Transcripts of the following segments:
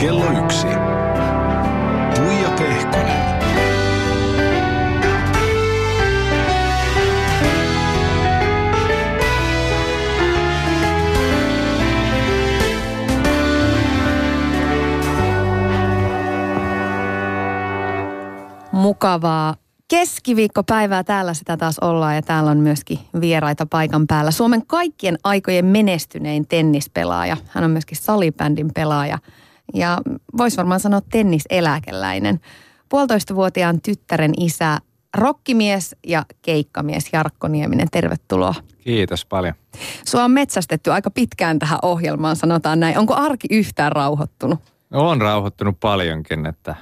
Kello 1. Tuija Pehkonen. Mukavaa keskiviikkopäivää. Täällä sitä taas ollaan ja täällä on myöskin vieraita paikan päällä. Suomen kaikkien aikojen menestynein tennispelaaja. Hän on myöskin salibändin pelaaja ja voisi varmaan sanoa tenniseläkeläinen. 1,5-vuotiaan tyttären isä, rokkimies ja keikkamies Jarkko Nieminen. Tervetuloa. Kiitos paljon. Sua on metsästetty aika pitkään tähän ohjelmaan, sanotaan näin. Onko arki yhtään rauhoittunut? On rauhoittunut paljonkin, että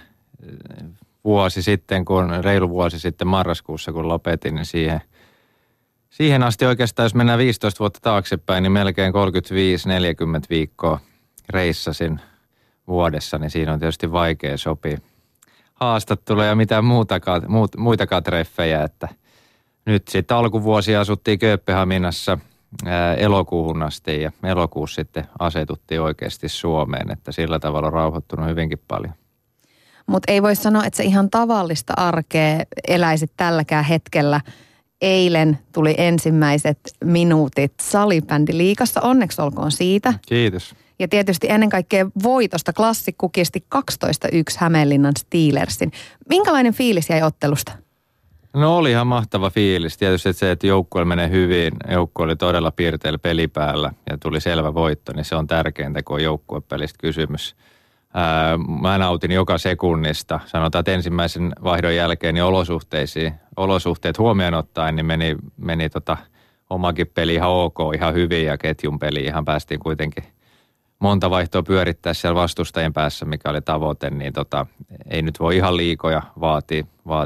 reilu vuosi sitten marraskuussa, kun lopetin, niin siihen asti oikeastaan, jos mennään 15 vuotta taaksepäin, niin melkein 35-40 viikkoa reissasin vuodessa, niin siinä on tietysti vaikea sopia haastatteluja ja mitään muitakaan treffejä, että nyt sitten alkuvuosi asuttiin Kööpenhaminassa elokuuhun asti ja elokuussa sitten asetuttiin oikeasti Suomeen, että sillä tavalla on rauhoittunut hyvinkin paljon. Mutta ei voi sanoa, että se ihan tavallista arkea eläisit tälläkään hetkellä. Eilen tuli ensimmäiset minuutit salibändiliigassa. Onneksi olkoon siitä. Kiitos. Ja tietysti ennen kaikkea voitosta klassikko kesti 12-1 Hämeenlinnan Steelersin. Minkälainen fiilis jäi ottelusta? No oli ihan mahtava fiilis. Tietysti se, että joukkueella menee hyvin. Joukkue oli todella piirteillä pelipäällä ja tuli selvä voitto, niin se on tärkeintä, kun on joukkuepelistä kysymys. Mä nautin joka sekunnista. Sanotaan, että ensimmäisen vaihdon jälkeen niin olosuhteet huomioon ottaen, niin meni omakin peli ihan ok, ihan hyvin ja ketjun peli ihan päästiin kuitenkin monta vaihtoa pyörittää siellä vastustajien päässä, mikä oli tavoite, niin ei nyt voi ihan liikoja vaatii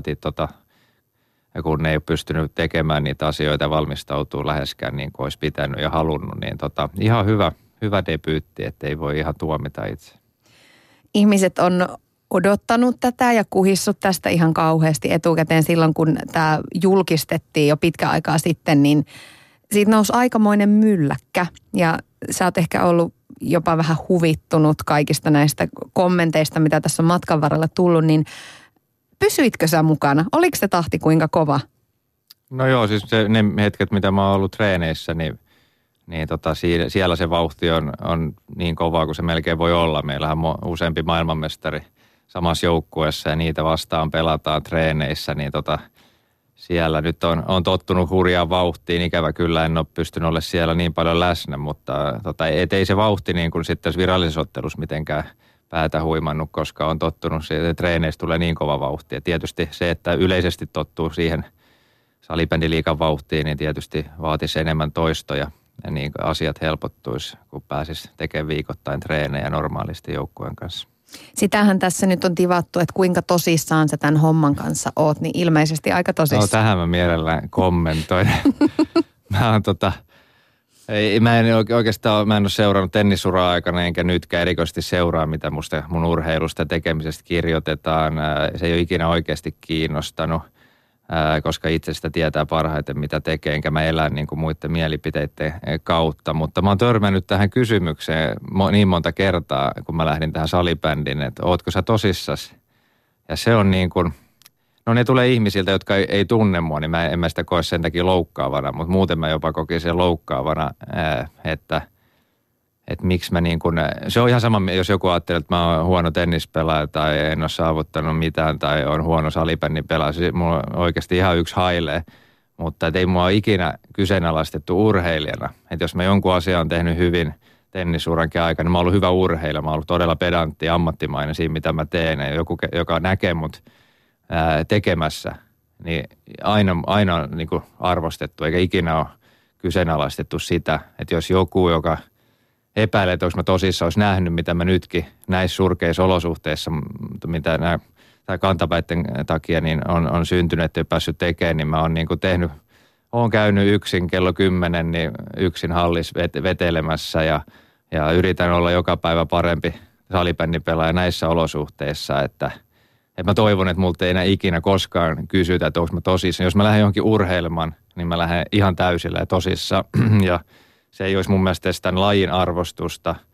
ja kun ne ei ole pystynyt tekemään niitä asioita ja valmistautuu läheskään niin kuin olisi pitänyt ja halunnut, niin ihan hyvä debyytti, että ei voi ihan tuomita itse. Ihmiset on odottanut tätä ja kuhissut tästä ihan kauheasti etukäteen silloin, kun tämä julkistettiin jo pitkä aikaa sitten, niin siitä nousi aikamoinen mylläkkä. Ja sä oot ehkä ollut jopa vähän huvittunut kaikista näistä kommenteista, mitä tässä on matkan varrella tullut, niin pysyitkö sä mukana? Oliko se tahti kuinka kova? No joo, siis ne hetket, mitä mä oon ollut treeneissä, niin siellä se vauhti on niin kovaa kuin se melkein voi olla. Meillähän on useampi maailmanmestari samassa joukkueessa ja niitä vastaan pelataan treeneissä, niin siellä nyt on tottunut hurjaan vauhtiin. Ikävä kyllä en ole pystynyt olemaan siellä niin paljon läsnä, mutta ei se vauhti niin kuin sitten tässä virallisessa ottelussa mitenkään päätä huimannut, koska on tottunut siihen, että treeneissä tulee niin kova vauhti. Ja tietysti se, että yleisesti tottuu siihen salibändiliigan vauhtiin, niin tietysti vaatisi enemmän toistoja. Ja niin asiat helpottuisi, kun pääsisi tekemään viikoittain treenejä normaalisti joukkueen kanssa. Sitähän tässä nyt on tivattu, että kuinka tosissaan sä tämän homman kanssa oot, niin ilmeisesti aika tosissaan. No tähän mä mielellään kommentoin. Mä en ole seurannut tennisuraa aikana, enkä nytkään erikoisesti seuraa, mitä mun urheilusta tekemisestä kirjoitetaan. Se ei ole ikinä oikeasti kiinnostanut. Koska itse sitä tietää parhaiten, mitä tekee, enkä mä elän niin kuin muiden mielipiteiden kautta. Mutta mä oon törmännyt tähän kysymykseen niin monta kertaa, kun mä lähdin tähän salibändiin, että ootko sä tosissas? Ja se on niin kuin, no ne tulee ihmisiltä, jotka ei tunne mua, niin en mä sitä koe sen takia loukkaavana, mutta muuten mä jopa kokin sen loukkaavana, että miksi mä niin kuin, se on ihan sama, jos joku ajattelee, että mä oon huono tennispelaaja tai en ole saavuttanut mitään tai on huono salibändin pelaaja. Siis mulla on oikeasti ihan yksi hailee, mutta ei mua ole ikinä kyseenalaistettu urheilijana. Että jos mä jonkun asian on tehnyt hyvin tennisurankin aikana, niin mä oon ollut hyvä urheilija. Mä oon ollut todella pedantti ja ammattimainen siinä, mitä mä teen. Ja joku, joka näkee mut tekemässä, niin aina niin kuin arvostettu, eikä ikinä ole kyseenalaistettu sitä, että jos joku, joka epäilee, että onko mä tosissaan olisi nähnyt, mitä mä nytkin näissä surkeissa olosuhteissa, mitä nämä kantapäitten takia niin on syntynyt, että ei päässyt tekemään, niin mä oon niin kuin oon käynyt yksin kello 10, niin yksin hallis vetelemässä ja yritän olla joka päivä parempi salibändipelaaja näissä olosuhteissa, että mä toivon, että multa ei enää ikinä koskaan kysytä, että onko mä tosissaan. Jos mä lähden johonkin urheilemaan, niin mä lähden ihan täysillä ja tosissaan ja se ei olisi mun mielestä tämän lajin arvostusta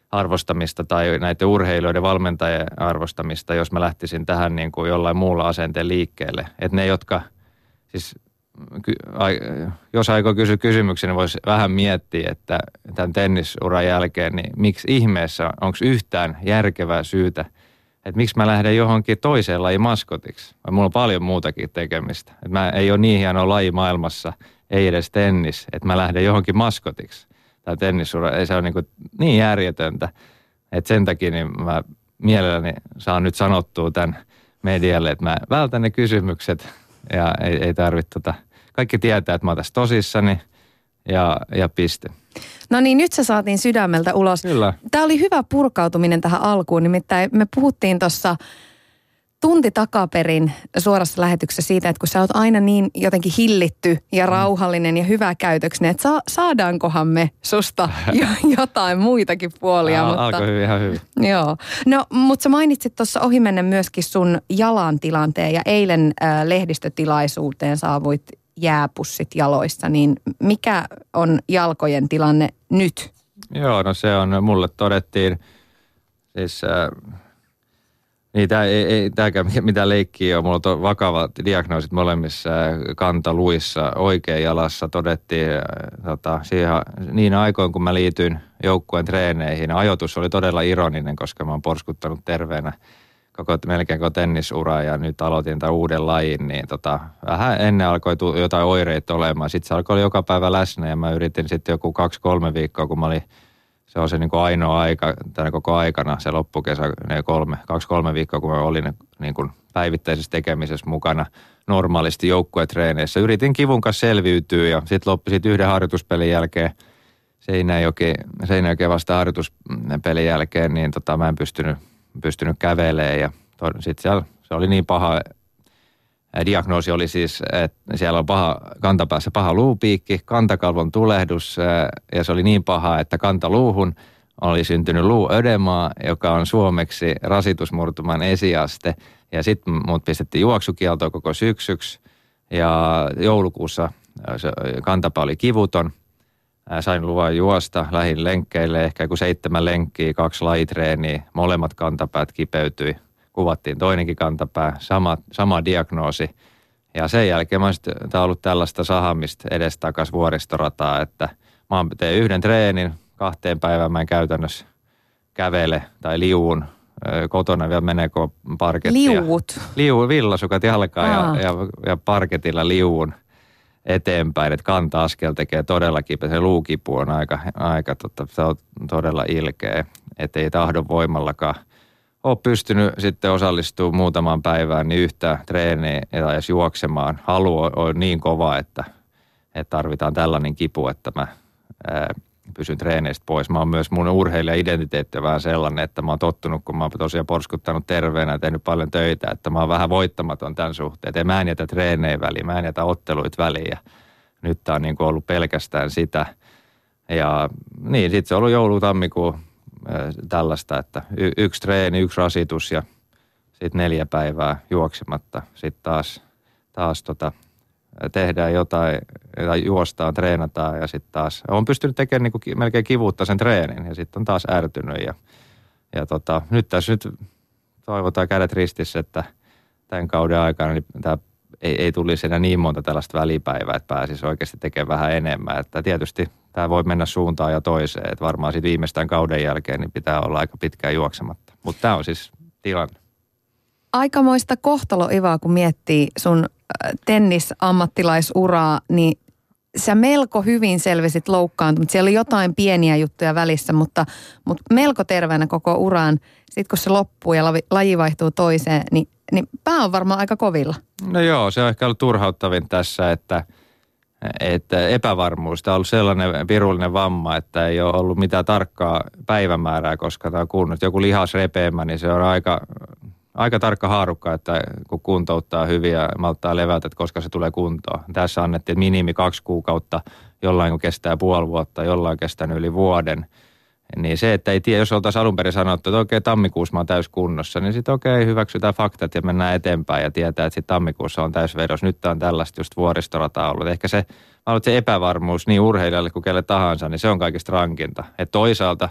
arvostamista tai näiden urheilijoiden valmentajien arvostamista, jos mä lähtisin tähän niin kuin jollain muulla asenteen liikkeelle. Että ne, jotka siis, jos aikoo kysyä kysymyksen, niin voisi vähän miettiä, että tämän tennisuran jälkeen, niin miksi ihmeessä, onko yhtään järkevää syytä, että miksi mä lähden johonkin toiseen lajin maskotiksi. Mulla on paljon muutakin tekemistä. Että mä ei ole niin hieno laji maailmassa, ei edes tennis, että mä lähden johonkin maskotiksi. Tai tennisura, ei se ole niin järjetöntä, että sen takia niin mä mielelläni saan nyt sanottua tämän medialle, että mä vältän ne kysymykset ja ei tarvitse kaikki tietää, että mä oon tässä tosissani ja piste. No niin, nyt se saatiin sydämeltä ulos. Kyllä. Tämä oli hyvä purkautuminen tähän alkuun, nimittäin me puhuttiin tuossa tunti takaperin suorassa lähetyksessä siitä, että kun sä oot aina niin jotenkin hillitty ja rauhallinen ja hyväkäytöksinen, että saadaankohan me susta jotain muitakin puolia. Mutta alkoi hyvin, ihan hyvin. Joo. No, mutta sä mainitsit tuossa ohimennen myöskin sun jalan tilanteen ja eilen lehdistötilaisuuteen saavuit jääpussit jaloissa, niin mikä on jalkojen tilanne nyt? Joo, no se on, mulle todettiin, siis ei tämäkään mitään leikkiä ole, mulla on vakavat diagnoosit molemmissa kantaluissa, oikein jalassa todettiin, niin aikoin kun mä liityin joukkueen treeneihin, ajoitus oli todella ironinen, koska mä oon porskuttanut terveenä melkein koko tennisuraa ja nyt aloitin tämän uuden lajin, niin vähän ennen alkoi jotain oireita olemaan. Sitten se alkoi olla joka päivä läsnä ja mä yritin sitten joku 2-3 viikkoa, kun mä olin, se on se niin kuin ainoa aika tänä koko aikana, se loppukesä, 2-3 viikkoa, kun mä olin niin kuin päivittäisessä tekemisessä mukana normaalisti joukkuetreeneissä. Yritin kivun kanssa selviytyä ja sitten loppi yhden harjoituspelin jälkeen, Seinäjoki vasta harjoituspelin jälkeen, niin mä en pystynyt kävelemään ja sitten siellä se oli niin paha, diagnoosi oli siis, että siellä on kantapäässä paha luupiikki, kantakalvon tulehdus ja se oli niin paha, että kantaluuhun oli syntynyt luuödemaa, joka on suomeksi rasitusmurtuman esiaste ja sitten mut pistettiin juoksukieltoon koko syksyksi ja joulukuussa se kantapää oli kivuton. Sain luvan juosta, lähdin lenkkeille, ehkä joku 7 lenkkiä, 2 lajitreeniä, molemmat kantapäät kipeytyi. Kuvattiin toinenkin kantapää, sama diagnoosi. Ja sen jälkeen mä oon ollut tällaista sahamista edestakas vuoristorataa, että mä teen yhden treenin, 2 päivään mä en käytännössä kävele tai liuun. Kotona vielä menee parkettia. Liuut, villasukat jalkaan ja parketilla liuun eteenpäin, että kanta-askel tekee todella kipeä. Se luukipu on se on todella ilkeä, että ei tahdon voimallakaan ole pystynyt sitten osallistumaan muutamaan päivään niin yhtä treeniä ja edes juoksemaan. Halu on niin kova, että tarvitaan tällainen kipu, että mä pysyn treeneistä pois. Mä oon myös mun urheilija-identiteetti vähän sellainen, että mä oon tottunut, kun mä oon tosiaan porskuttanut terveenä ja tehnyt paljon töitä, että mä oon vähän voittamaton tämän suhteen. Että mä en jätä treenejä väliin, mä en jätä otteluit väliin ja nyt tää on niin kuin ollut pelkästään sitä. Ja niin, sit se on ollut joulu-tammikuu tällaista, että 1 treeni, 1 rasitus ja sitten 4 päivää juoksematta. Sitten taas tehdään jotain, juostaan, treenataan ja sitten taas on pystynyt tekemään niin kuin melkein kivuutta sen treenin ja sitten on taas ärtynyt ja nyt tässä toivotaan kädet ristissä, että tämän kauden aikana niin tämä ei tulisi enää niin monta tällaista välipäivää, että pääsisi oikeasti tekemään vähän enemmän. Että tietysti tämä voi mennä suuntaan ja toiseen, että varmaan sitten viimeistään kauden jälkeen niin pitää olla aika pitkään juoksematta. Mutta tämä on siis tilanne. Aikamoista kohtalo, Iva, kun miettii sun tennisammattilaisuraa, niin sä melko hyvin selvisit loukkaantumaan. Siellä oli jotain pieniä juttuja välissä, mutta melko terveenä koko uraan. Sitten kun se loppuu ja laji vaihtuu toiseen, niin pää on varmaan aika kovilla. No joo, se on ehkä ollut turhauttavin tässä, että epävarmuus. Tämä on ollut sellainen virullinen vamma, että ei ole ollut mitään tarkkaa päivämäärää, koska tämä on kuunnut joku lihasrepeämä, niin se on aika tarkka haarukka, että kun kuntouttaa hyvin ja malttaa levätä, että koska se tulee kuntoon. Tässä annettiin minimi 2 kuukautta, jollain kun kestää puoli vuotta, jollain kestänyt yli vuoden. Niin se, että ei tiedä, jos oltaisiin alun perin sanottu, että okei, tammikuussa mä oon täyskunnossa, niin sitten okei, hyväksytään faktat ja mennään eteenpäin ja tietää, että sitten tammikuussa on täysvedos. Nyt on tällaista just vuoristorataa ollut. Ehkä se epävarmuus niin urheilijalle kuin kelle tahansa, niin se on kaikista rankinta. Että toisaalta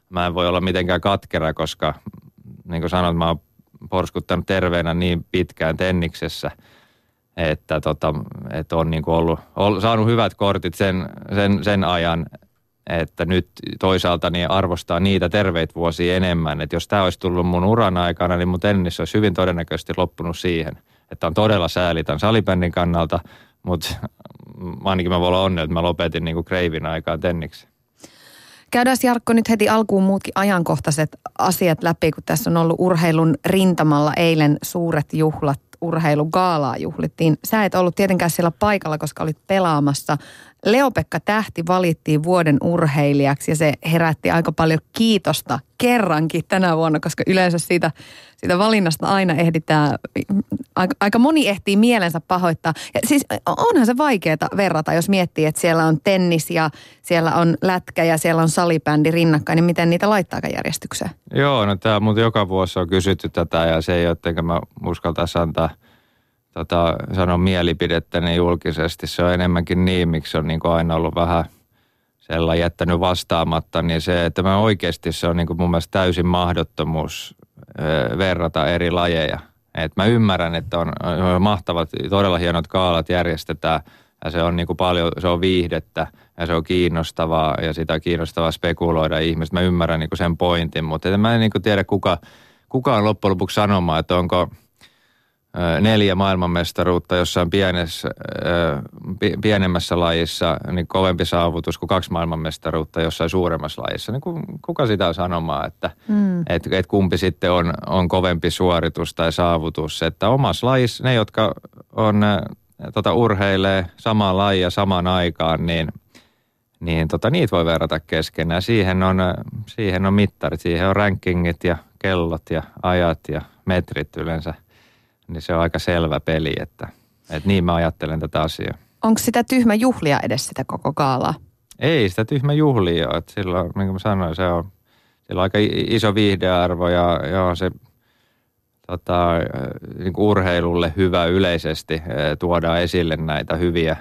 mä en voi olla mitenkään katkera, koska niin kuin sanoin, mä oon porskuttanut terveenä niin pitkään tenniksessä, että on niin kuin saanut hyvät kortit sen ajan, että nyt toisaalta niin arvostaa niitä terveitä vuosia enemmän. Että jos tämä olisi tullut mun uran aikana, niin mun tennis olisi hyvin todennäköisesti loppunut siihen. Että on todella sääli tämän salibändin kannalta, mutta ainakin mä voin olla onnellinen, että mä lopetin niin kuin kreivin aikaan tenniksi. Käydään Jarkko nyt heti alkuun muutkin ajankohtaiset asiat läpi, kun tässä on ollut urheilun rintamalla eilen suuret juhlat, urheilugaalaa juhlittiin. Sä et ollut tietenkään siellä paikalla, koska olit pelaamassa. Leo-Pekka Tähti valittiin vuoden urheilijaksi ja se herätti aika paljon kiitosta kerrankin tänä vuonna, koska yleensä siitä valinnasta aina ehditään, aika moni ehtii mielensä pahoittaa. Ja siis onhan se vaikeaa verrata, jos miettii, että siellä on tennis ja siellä on lätkä ja siellä on salibändi rinnakkain, niin miten niitä laittaakaan järjestykseen? Joo, no tämä muuten joka vuosi on kysytty tätä ja se ei ole, ettenkö mä uskaltaisi antaa sanoa mielipidettäni julkisesti. Se on enemmänkin niin, miksi on niin kuin aina ollut vähän sellainen jättänyt vastaamatta, niin se, että mä oikeasti se on niin kuin mun mielestä täysin mahdottomuus verrata eri lajeja. Et mä ymmärrän, että on mahtavat, todella hienot gaalat järjestetään ja se on niin kuin paljon, se on viihdettä ja se on kiinnostavaa ja sitä on kiinnostavaa spekuloida ihmistä. Mä ymmärrän niin kuin sen pointin, mutta mä en niin kuin tiedä kuka on loppujen lopuksi sanomaan, että onko 4 maailmanmestaruutta jossain pienemmässä lajissa niin kovempi saavutus kuin 2 maailmanmestaruutta jossain suuremmassa lajissa. Niin kuka sitä on sanomaan, että et kumpi sitten on kovempi suoritus tai saavutus. Että omassa lajissa ne, jotka on urheilee samaan lajia samaan aikaan, niin niitä voi verrata keskenään. Siihen on mittarit, siihen on rankingit ja kellot ja ajat ja metrit yleensä. Niin se on aika selvä peli, että niin mä ajattelen tätä asiaa. Onko sitä tyhmä juhlia edes sitä koko gaalaa? Ei sitä tyhmä juhlia ole. Silloin, niin kuin mä sanoin, sillä on aika iso viihdearvo ja se niin kuin urheilulle hyvä yleisesti tuodaan esille näitä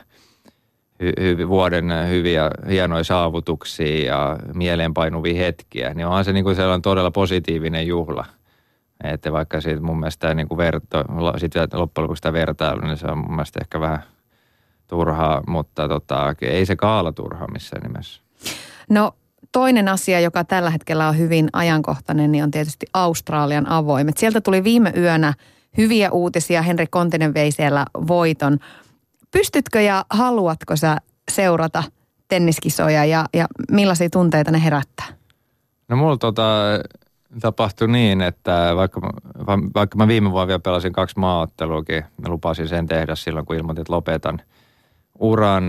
vuoden hyviä hienoja saavutuksia ja mieleenpainuvia hetkiä. Niin onhan se niin kuin sellainen todella positiivinen juhla. Että vaikka siitä mun mielestä niin kuin sitten loppujen lopuksi sitä vertailu, niin se on mun mielestä ehkä vähän turhaa, mutta ei se gaala turhaa missään nimessä. No toinen asia, joka tällä hetkellä on hyvin ajankohtainen, niin on tietysti Australian avoimet. Sieltä tuli viime yönä hyviä uutisia. Henrik Kontinen vei siellä voiton. Pystytkö ja haluatko sä seurata tenniskisoja ja millaisia tunteita ne herättää? No mulla tapahtui niin, että vaikka mä viime vuonna vielä pelasin 2 maaotteluakin, mä lupasin sen tehdä silloin, kun ilmoitin, että lopetan uran,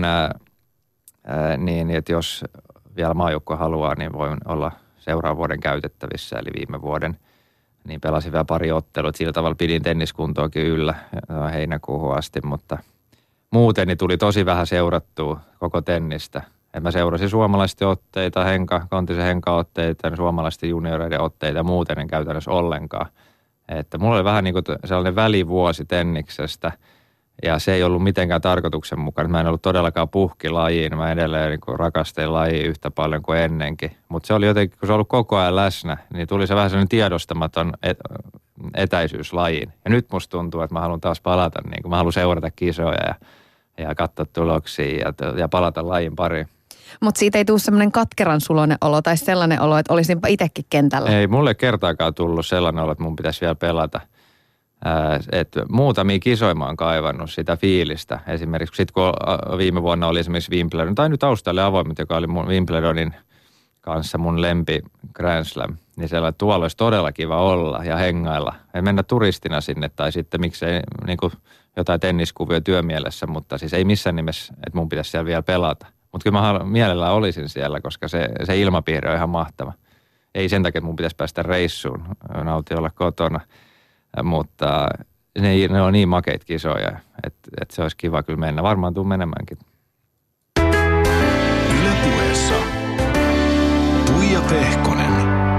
niin että jos vielä maajoukkue haluaa, niin voin olla seuraavan vuoden käytettävissä, eli viime vuoden. Niin pelasin vielä pari ottelua, sillä tavalla pidin tenniskuntoakin yllä heinäkuuhun asti, mutta muuten niin tuli tosi vähän seurattua koko tennistä. Et mä seurasin suomalaisten otteita, Kontisen Henka-otteita, suomalaisten junioreiden otteita ja muuten en käytännössä ollenkaan. Että mulla oli vähän niin kuin sellainen välivuosi tenniksestä ja se ei ollut mitenkään tarkoituksenmukainen. Mä en ollut todellakaan puhkilajiin, mä edelleen niin rakastin lajia yhtä paljon kuin ennenkin. Mutta se oli jotenkin, kun se on ollut koko ajan läsnä, niin tuli se vähän sellainen tiedostamaton etäisyys lajiin. Ja nyt musta tuntuu, että mä haluan taas palata, niin kuin mä haluan seurata kisoja ja katsoa tuloksia ja palata lajin pariin. Mutta siitä ei tule semmoinen katkeran suloinen olo tai sellainen olo, että olisinpa itsekin kentällä. Ei mulle kertaakaan tullut sellainen olo, että mun pitäisi vielä pelata. Että muutamia kisoja mä oon kaivannut sitä fiilistä. Esimerkiksi sit kun viime vuonna oli esimerkiksi Wimbledon, tai nyt Australian avoimet, joka oli mun Wimbledonin kanssa mun lempi Grand Slam, niin sellainen tuolla olisi todella kiva olla ja hengailla. Ei mennä turistina sinne tai sitten miksei niin kuin jotain tenniskuvia työmielessä, mutta siis ei missään nimessä, että mun pitäisi siellä vielä pelata. Mutta kyllä mä mielellään olisin siellä, koska se ilmapiiri on ihan mahtava. Ei sen takia, että mun pitäisi päästä reissuun, nauti olla kotona, mutta ne on niin makeita kisoja, että se olisi kiva kyllä mennä. Varmaan tuun menemäänkin. Yle Puheessa Tuija Pehkonen.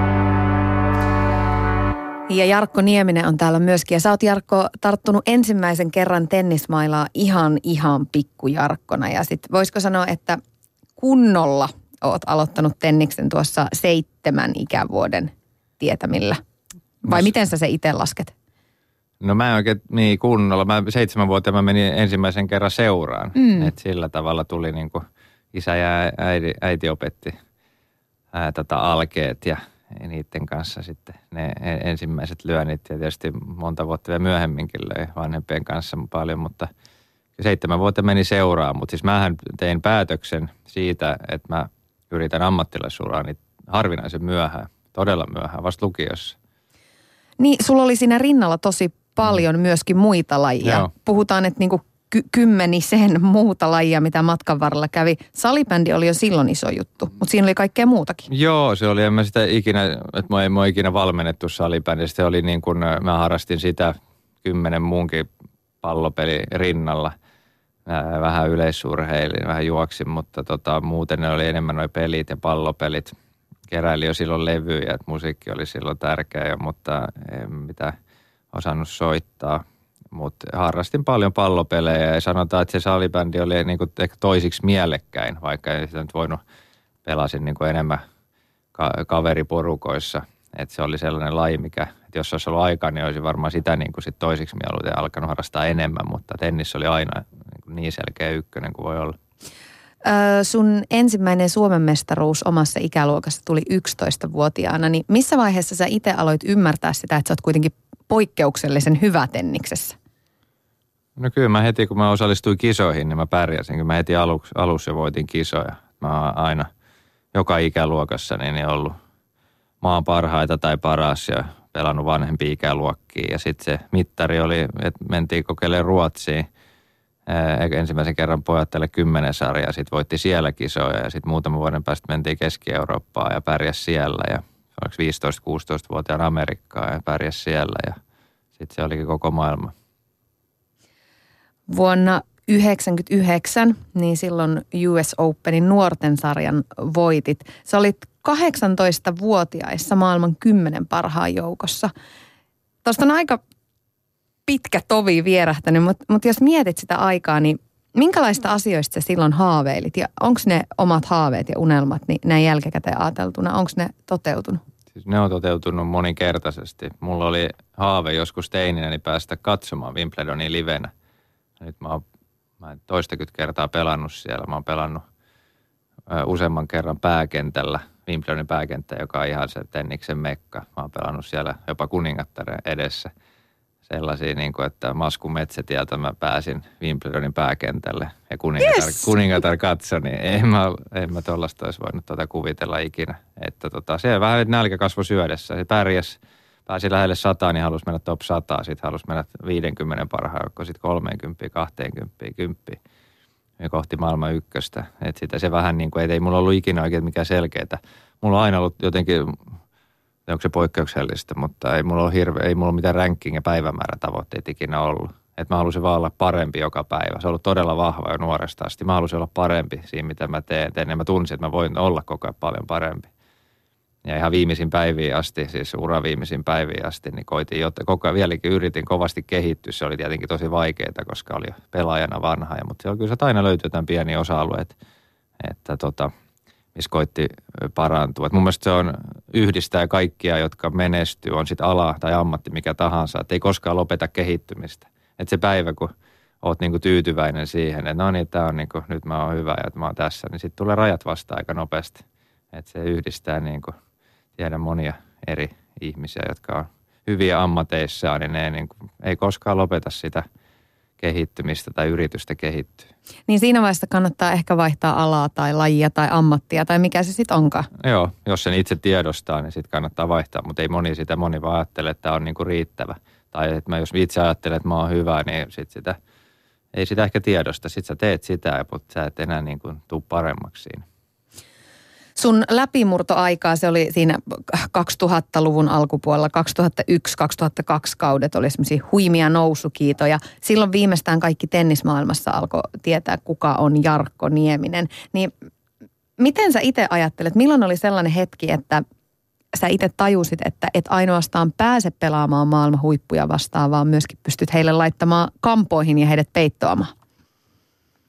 Ja Jarkko Nieminen on täällä myöskin. Ja sä oot, Jarkko, tarttunut ensimmäisen kerran tennismailaa ihan pikkujarkkona. Ja sit voisiko sanoa, että kunnolla oot aloittanut tenniksen tuossa 7 ikävuoden tietämillä. Vai miten sä se itse lasket? No mä en oikein niin kunnolla. 7-vuotiaana mä menin ensimmäisen kerran seuraan. Että sillä tavalla tuli niin kuin isä ja äiti opetti alkeet ja niiden kanssa sitten ne ensimmäiset lyönnit. Ja tietysti monta vuotta vielä myöhemminkin löi vanhempien kanssa paljon, mutta 7-vuotiaana meni seuraan. Mutta siis mähän tein päätöksen siitä, että mä yritän ammattilaisuraa niin harvinaisen myöhään, todella myöhään, vasta lukiossa. Niin, sulla oli siinä rinnalla tosi paljon myöskin muita lajia. Joo. Puhutaan, että niinku kymmenisen muuta lajia, mitä matkan varrella kävi. Salibändi oli jo silloin iso juttu, mutta siinä oli kaikkea muutakin. Joo, se oli, en mä sitä ikinä, että mä ei ikinä valmennettu salibändistä. Se oli niin kuin, mä harrastin sitä 10 muunkin pallopeli rinnalla. Vähän yleisurheilin, vähän juoksin, mutta muuten ne oli enemmän noi pelit ja pallopelit. Keräili jo silloin levyjä, että musiikki oli silloin tärkeä, mutta en mitään osannut soittaa. Mutta harrastin paljon pallopelejä ja sanotaan, että se salibändi oli niinku ehkä toisiksi mielekkäin, vaikka ei sitä nyt voinut pelasin niinku enemmän kaveriporukoissa. Että se oli sellainen laji, mikä, että jos olisi ollut aikaa, niin olisi varmaan sitä niinku sit toisiksi mieluiten alkanut harrastaa enemmän, mutta tennis oli aina niin selkeä ykkönen kuin voi olla. Sun ensimmäinen Suomen mestaruus omassa ikäluokassa tuli 11-vuotiaana, niin missä vaiheessa sä itse aloit ymmärtää sitä, että sä oot kuitenkin poikkeuksellisen hyvä tenniksessä? No kyllä mä heti, kun mä osallistuin kisoihin, niin mä pärjäsin. Kyllä mä heti alussa jo voitin kisoja. Mä oon aina joka ikäluokassa niin ollut maan parhaita tai paras ja pelannut vanhempia ikäluokkia. Ja sitten se mittari oli, että mentiin kokeilemaan Ruotsiin. Ensimmäisen kerran pojat tälle 10 sarjaa, sitten voitti siellä kisoja ja sitten muutaman vuoden päästä mentiin Keski-Eurooppaan ja pärjäs siellä ja oliko 15-16-vuotiaan Amerikkaan ja pärjäs siellä ja sitten se olikin koko maailma. Vuonna 1999, niin silloin US Openin nuorten sarjan voitit. Sä olit 18-vuotiaissa maailman 10 parhaan joukossa. Tuosta on aika pitkä tovi vierähtänyt, mutta jos mietit sitä aikaa, niin minkälaista asioista sä silloin haaveilit? Ja onko ne omat haaveet ja unelmat niin näin jälkikäteen ajateltuna, onko ne toteutunut? Siis ne on toteutunut moninkertaisesti. Mulla oli haave joskus teininäni päästä katsomaan Wimbledonia livenä. Nyt mä oon toistakymmentä kertaa pelannut siellä. Mä oon pelannut useamman kerran pääkentällä, Wimbledonin pääkenttä, joka on ihan se tenniksen mekka. Mä oon pelannut siellä jopa kuningattaren edessä. Sellaisia, niin kuin, että Maskun metsätieltä mä pääsin Wimbledonin pääkentälle ja kuningatar katsoi, niin en mä tollaista olisi voinut kuvitella ikinä. Että se vähän nälkä kasvoi syödessä. Se pääsi lähelle 100, niin halusi mennä top 100, sitten halusi mennä 50 parhaan, sitten 30, 20, 10 ja kohti maailman ykköstä. Että sitä se vähän niin kuin, ei mulla ollut ikinä oikein mikään selkeää. Mulla on aina ollut jotenkin, onko se poikkeuksellista, mutta ei mulla ole mitään ranking- ja päivämäärätavoitteita ikinä ollut. Että mä halusin vaan olla parempi joka päivä. Se on ollut todella vahva jo nuoresta asti. Mä halusin olla parempi siinä, mitä mä teen. Ja mä tunsin, että mä voin olla koko ajan paljon parempi. Ja ihan viimeisin päiviin asti, siis ura viimeisin päiviin asti, niin koitin koko ajan vieläkin yritin kovasti kehittyä. Se oli tietenkin tosi vaikeaa, koska oli pelaajana vanha. Mutta siellä kyllä aina löytyy jotain pieniä osa-alueita, että missä koitti parantua. Et mun mielestä se on yhdistää kaikkia, jotka menestyy, on sitten ala tai ammatti mikä tahansa, että ei koskaan lopeta kehittymistä. Että se päivä, kun oot niinku tyytyväinen siihen, että no niin, tää on niinku, nyt mä oon hyvä ja että mä oon tässä, niin sitten tulee rajat vastaan aika nopeasti. Että se yhdistää niinku, tiedän monia eri ihmisiä, jotka on hyviä ammateissaan, niin ne niinku, ei koskaan lopeta sitä kehittymistä tai yritystä kehittyä. Niin siinä vaiheessa kannattaa ehkä vaihtaa alaa tai lajia tai ammattia tai mikä se sitten onkaan. Joo, jos sen itse tiedostaa, niin sitten kannattaa vaihtaa, mutta ei moni vaan ajattele, että tämä on niinku riittävä. Tai että jos itse ajattelen, että mä oon hyvä, niin sitten ei sitä ehkä tiedosta. Sitten sä teet sitä, mutta sä et enää niinku tuu paremmaksi siinä. Sun läpimurtoaikaa, se oli siinä 2000-luvun alkupuolella, 2001-2002 kaudet oli semmoisia huimia nousukiitoja. Silloin viimeistään kaikki tennismaailmassa alkoi tietää, kuka on Jarkko Nieminen. Niin miten sä itse ajattelet, milloin oli sellainen hetki, että sä itse tajusit, että et ainoastaan pääse pelaamaan maailman huippuja vastaan, vaan myöskin pystyt heille laittamaan kampoihin ja heidät peittoamaan?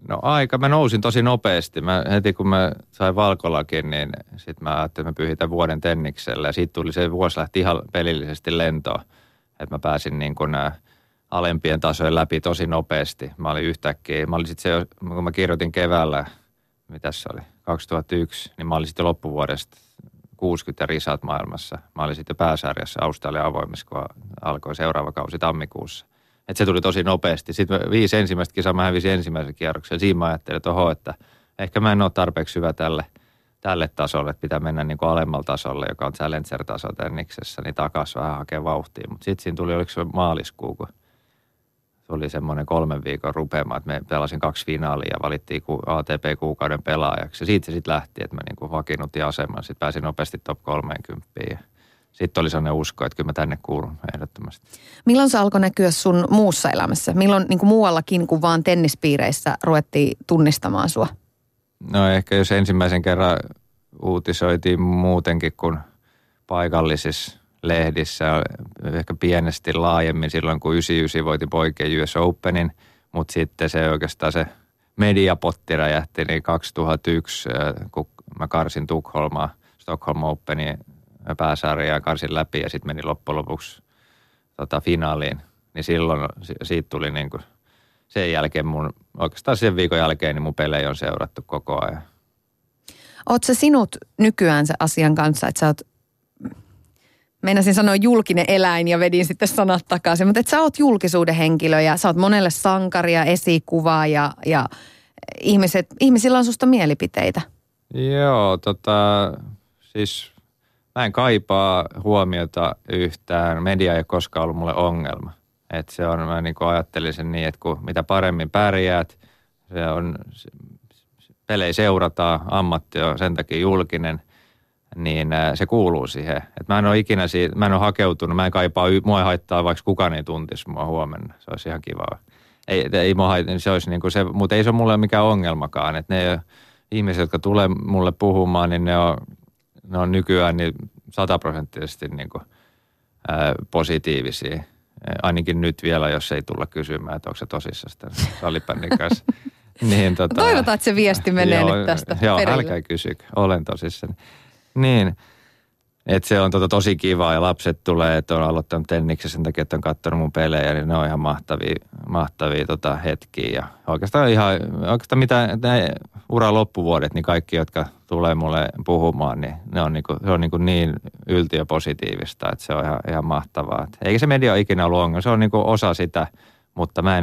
No mä nousin tosi nopeasti. Heti kun mä sain valkolakin, niin sitten mä ajattelin, että mä pyhitän vuoden tennikselle. Ja siitä tuli se vuosi lähti ihan pelillisesti lentoon. Että mä pääsin niin kuin alempien tasojen läpi tosi nopeasti. Mä olin sitten se, kun mä kirjoitin keväällä, mitäs se oli, 2001, niin mä olin sitten loppuvuodesta 60 ja risat maailmassa. Mä olin sitten pääsarjassa Australian avoimessa, kun alkoi seuraava kausi tammikuussa. Että se tuli tosi nopeasti. Sitten 5 ensimmäistä kisaa mä hävisin ensimmäisen kierroksen. Siinä mä ajattelin, että ehkä mä en ole tarpeeksi hyvä tälle tasolle, että pitää mennä niin kuin alemmalla tasolle, joka on Challenger-taso tenniksessä, niin takaisin vähän hakea vauhtia. Mutta sitten siinä tuli, oliko se maaliskuu, kun tuli semmoinen 3 viikon rupeama, että me pelasin 2 finaalia ja valittiin ATP-kuukauden pelaajaksi. Ja siitä se sitten lähti, että mä niin kuin vakiinnutin aseman. Sitten pääsin nopeasti top 30. Sitten oli sellainen usko, että kyllä mä tänne kuulun ehdottomasti. Milloin se alkoi näkyä sun muussa elämässä? Milloin niin kuin muuallakin kuin vaan tennispiireissä ruvettiin tunnistamaan sua? No ehkä jos ensimmäisen kerran uutisoitiin muutenkin kuin paikallisissa lehdissä, ehkä pienesti laajemmin silloin, kun 99 voitin poikien US Openin, mutta sitten se oikeastaan se mediapotti räjähti, niin 2001, kun mä karsin Tukholmaa, Stockholm Openin pääsarjaa, karsin läpi ja sitten meni loppujen lopuksi finaaliin, niin silloin siitä tuli niin kuin sen jälkeen oikeastaan sen viikon jälkeen niin mun pelejä on seurattu koko ajan. Ootko sinut nykyään se asian kanssa, että sä oot, meinasin sanoa julkinen eläin ja vedin sitten sanat takaisin, mutta että sä oot julkisuuden henkilö ja sä oot monelle sankari ja esikuva ja ihmisillä on susta mielipiteitä. Joo, siis mä en kaipaa huomiota yhtään. Media ei ole koskaan ollut mulle ongelma. Että se on, mä niin kuin ajattelin sen niin, että kun mitä paremmin pärjäät, pelejä seurataan, ammatti on sen takia julkinen, niin se kuuluu siihen. Että mä en ole ikinä mä en ole hakeutunut, mä en kaipaa, mua ei haittaa, vaikka kukaan ei tuntisi mua huomenna. Se olisi ihan kivaa. Ei mua haittaa, se olisi niin kuin se, mutta ei se ole mulle mikään ongelmakaan. Että ne ihmiset, jotka tulee mulle puhumaan, niin ne on nykyään niin 100% niin kuin, positiivisia. Ainakin nyt vielä, jos ei tulla kysymään, että onko se tosissaan sitä salibändin kanssa. Niin, toivotaan, että se viesti menee nyt tästä joo, perille. älkää kysykö, olen tosissaan. Niin, että se on tosi kivaa ja lapset tulee, että on aloittanut tenniksen sen takia, että on katsonut mun pelejä, niin ne on ihan mahtavia hetkiä. Ja oikeastaan mitä uran loppuvuodet, niin kaikki, jotka tulee mulle puhumaan, niin se on niin yltiöpositiivista, että se on ihan mahtavaa. Eikä se media ole ikinä ollut ongelma, se on niin kuin osa sitä, mutta mä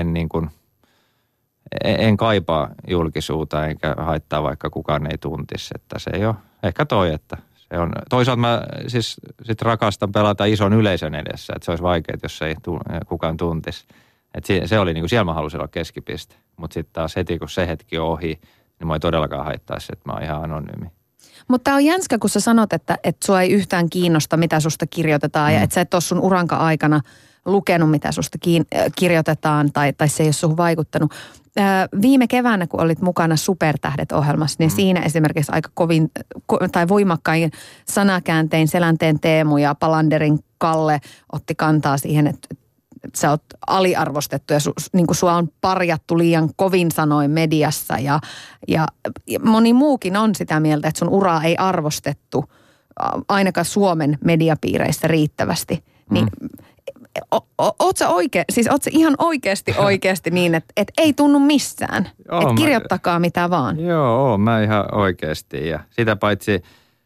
en kaipaa julkisuutta enkä haittaa, vaikka kukaan ei tuntisi, että se ei ole ehkä että se on. Toisaalta mä siis sit rakastan pelata ison yleisön edessä, että se olisi vaikeaa, jos ei kukaan tuntisi. Että se oli niin kuin siellä mä halusin olla keskipiste, mutta sitten taas heti kun se hetki on ohi, niin mä ei todellakaan haittaisi, että mä oon ihan anonyymi. Mutta tää on jänskä, kun sä sanot, että sua ei yhtään kiinnosta, mitä susta kirjoitetaan ja että sä et ole sun uranka aikana lukenut, mitä susta kirjoitetaan tai se ei ole suhun vaikuttanut. Viime keväänä, kun olit mukana Supertähdet-ohjelmassa, niin siinä esimerkiksi aika kovin tai voimakkain sanakääntein Selänteen Teemu ja Palanderin Kalle otti kantaa siihen, että sä oot aliarvostettu ja niin kuin sua on parjattu liian kovin sanoin mediassa ja moni muukin on sitä mieltä, että sun uraa ei arvostettu ainakaan Suomen mediapiireissä riittävästi. Niin oot sä ihan oikeasti niin, että ei tunnu missään, että kirjoittakaa mitä vaan? Joo, mä ihan oikeasti ja sitä paitsi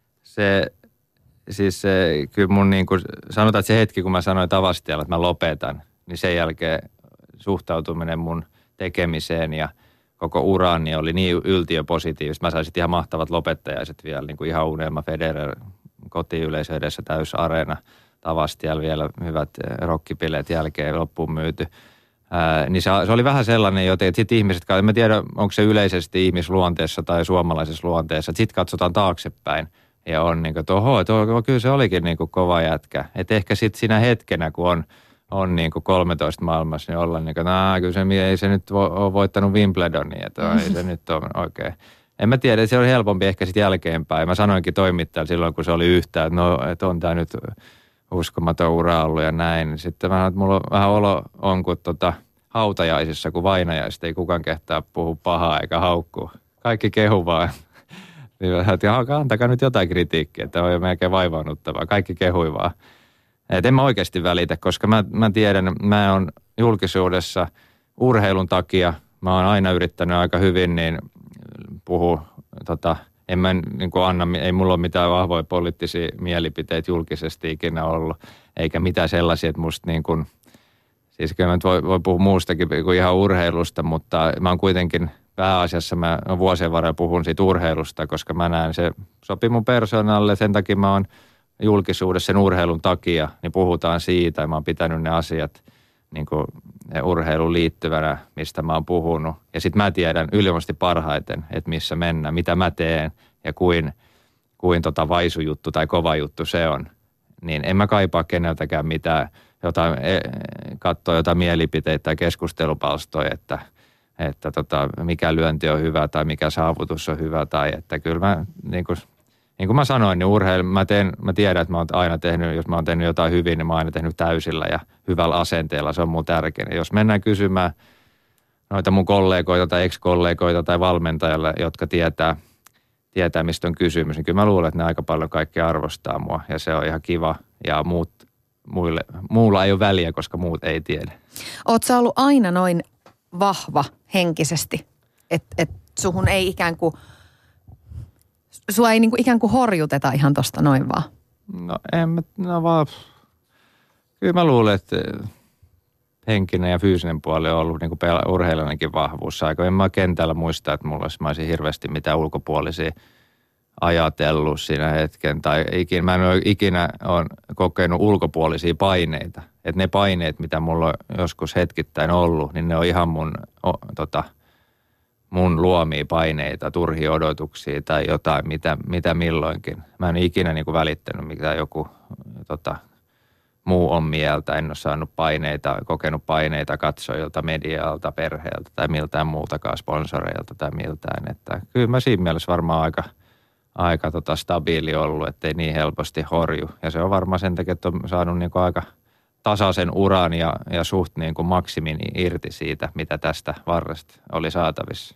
kyllä mun niin kuin sanotaan, että se hetki kun mä sanoin Tavastialla, että mä lopetan, niin sen jälkeen suhtautuminen mun tekemiseen ja koko urani oli niin yltiöpositiivista. Mä saisin ihan mahtavat lopettajaiset vielä, niin kuin ihan unelma Federer, kotiyleisö edessä täys areena. Tavastialla vielä hyvät rockipileet jälkeen loppuun myyty. Niin se oli vähän sellainen, joten sitten ihmiset, en mä tiedä onko se yleisesti ihmisluonteessa tai suomalaisessa luonteessa, että sitten katsotaan taaksepäin ja on niin kuin, että kyllä se olikin niin kuin kova jätkä. Että ehkä sitten siinä hetkenä, kun on niin kuin 13 maailmassa, niin ollaan niin kuin, kyllä se ei se nyt ole voittanut Wimbledonia, että ei se nyt ole oikein. En mä tiedä, se oli helpompi ehkä sitten jälkeenpäin. Mä sanoinkin toimittajalle silloin, kun se oli yhtään, että on tämä nyt uskomaton ura ollut ja näin. Sitten että mulla vähän olo on, kun hautajaisissa kuin vainajaisista. Ei kukaan kehtaa puhua pahaa eikä haukkua. Kaikki kehu vaan. Antakaa nyt jotain kritiikkiä, että on jo melkein vaivaannuttavaa. Kaikki kehui vaan. Et en mä oikeasti välitä, koska mä tiedän, mä oon julkisuudessa urheilun takia. Mä oon aina yrittänyt aika hyvin niin puhua, en mä niin kuin anna, ei mulla ole mitään vahvoja poliittisia mielipiteitä julkisesti ikinä ollut, eikä mitään sellaisia, että musta niin kuin, siis kyllä mä voi puhua muustakin kuin ihan urheilusta, mutta mä oon kuitenkin pääasiassa, mä vuosien varrella puhun siitä urheilusta, koska mä näen, se sopii mun persoonalle, sen takia mä oon julkisuudessa sen urheilun takia, niin puhutaan siitä ja mä oon pitänyt ne asiat niin kuin urheiluun liittyvänä, mistä mä oon puhunut. Ja sit mä tiedän ylivoimaisesti parhaiten, että missä mennään, mitä mä teen ja kuin vaisujuttu tai kova juttu se on. Niin en mä kaipaa keneltäkään mitään, katsoa jotain mielipiteitä tai keskustelupalstoja, että mikä lyönti on hyvä tai mikä saavutus on hyvä. Tai että kyllä mä, niin kuin mä sanoin, niin mä tiedän, että mä oon aina tehnyt, jos mä oon tehnyt jotain hyvin, niin mä oon aina tehnyt täysillä ja hyvällä asenteella. Se on mun tärkein. Jos mennään kysymään noita mun kollegoita tai ex-kollegoita tai valmentajalla, jotka tietää, mistä on kysymys, niin kyllä mä luulen, että ne aika paljon kaikki arvostaa mua ja se on ihan kiva ja muulla ei ole väliä, koska muut ei tiedä. Oot sä ollut aina noin vahva henkisesti, että suhun ei ikään kuin, sua ei niin kuin ikään kuin horjuteta ihan tosta noin vaan? Kyllä mä luulen, että henkinen ja fyysinen puoli on ollut niin kuin urheilijanakin vahvuus. En mä kentällä muista, että mä olisin hirveästi mitään ulkopuolisia ajatellut siinä hetken. Tai mä en ole ikinä kokenut ulkopuolisia paineita. Että ne paineet, mitä mulla on joskus hetkittäin ollut, niin ne on ihan mun luomia paineita, turhia odotuksia tai jotain, mitä milloinkin. Mä en ikinä niin kuin välittänyt, mitä joku muu on mieltä. En ole saanut kokenut paineita katsojilta, medialta, perheeltä tai miltään muutakaan sponsoreilta tai miltään. Että kyllä mä siinä mielessä varmaan aika stabiili ollut, ettei niin helposti horju. Ja se on varmaan sen takia, että on saanut niin kuin aika tasaisen uran ja suht niin kuin maksimin irti siitä, mitä tästä varresta oli saatavissa.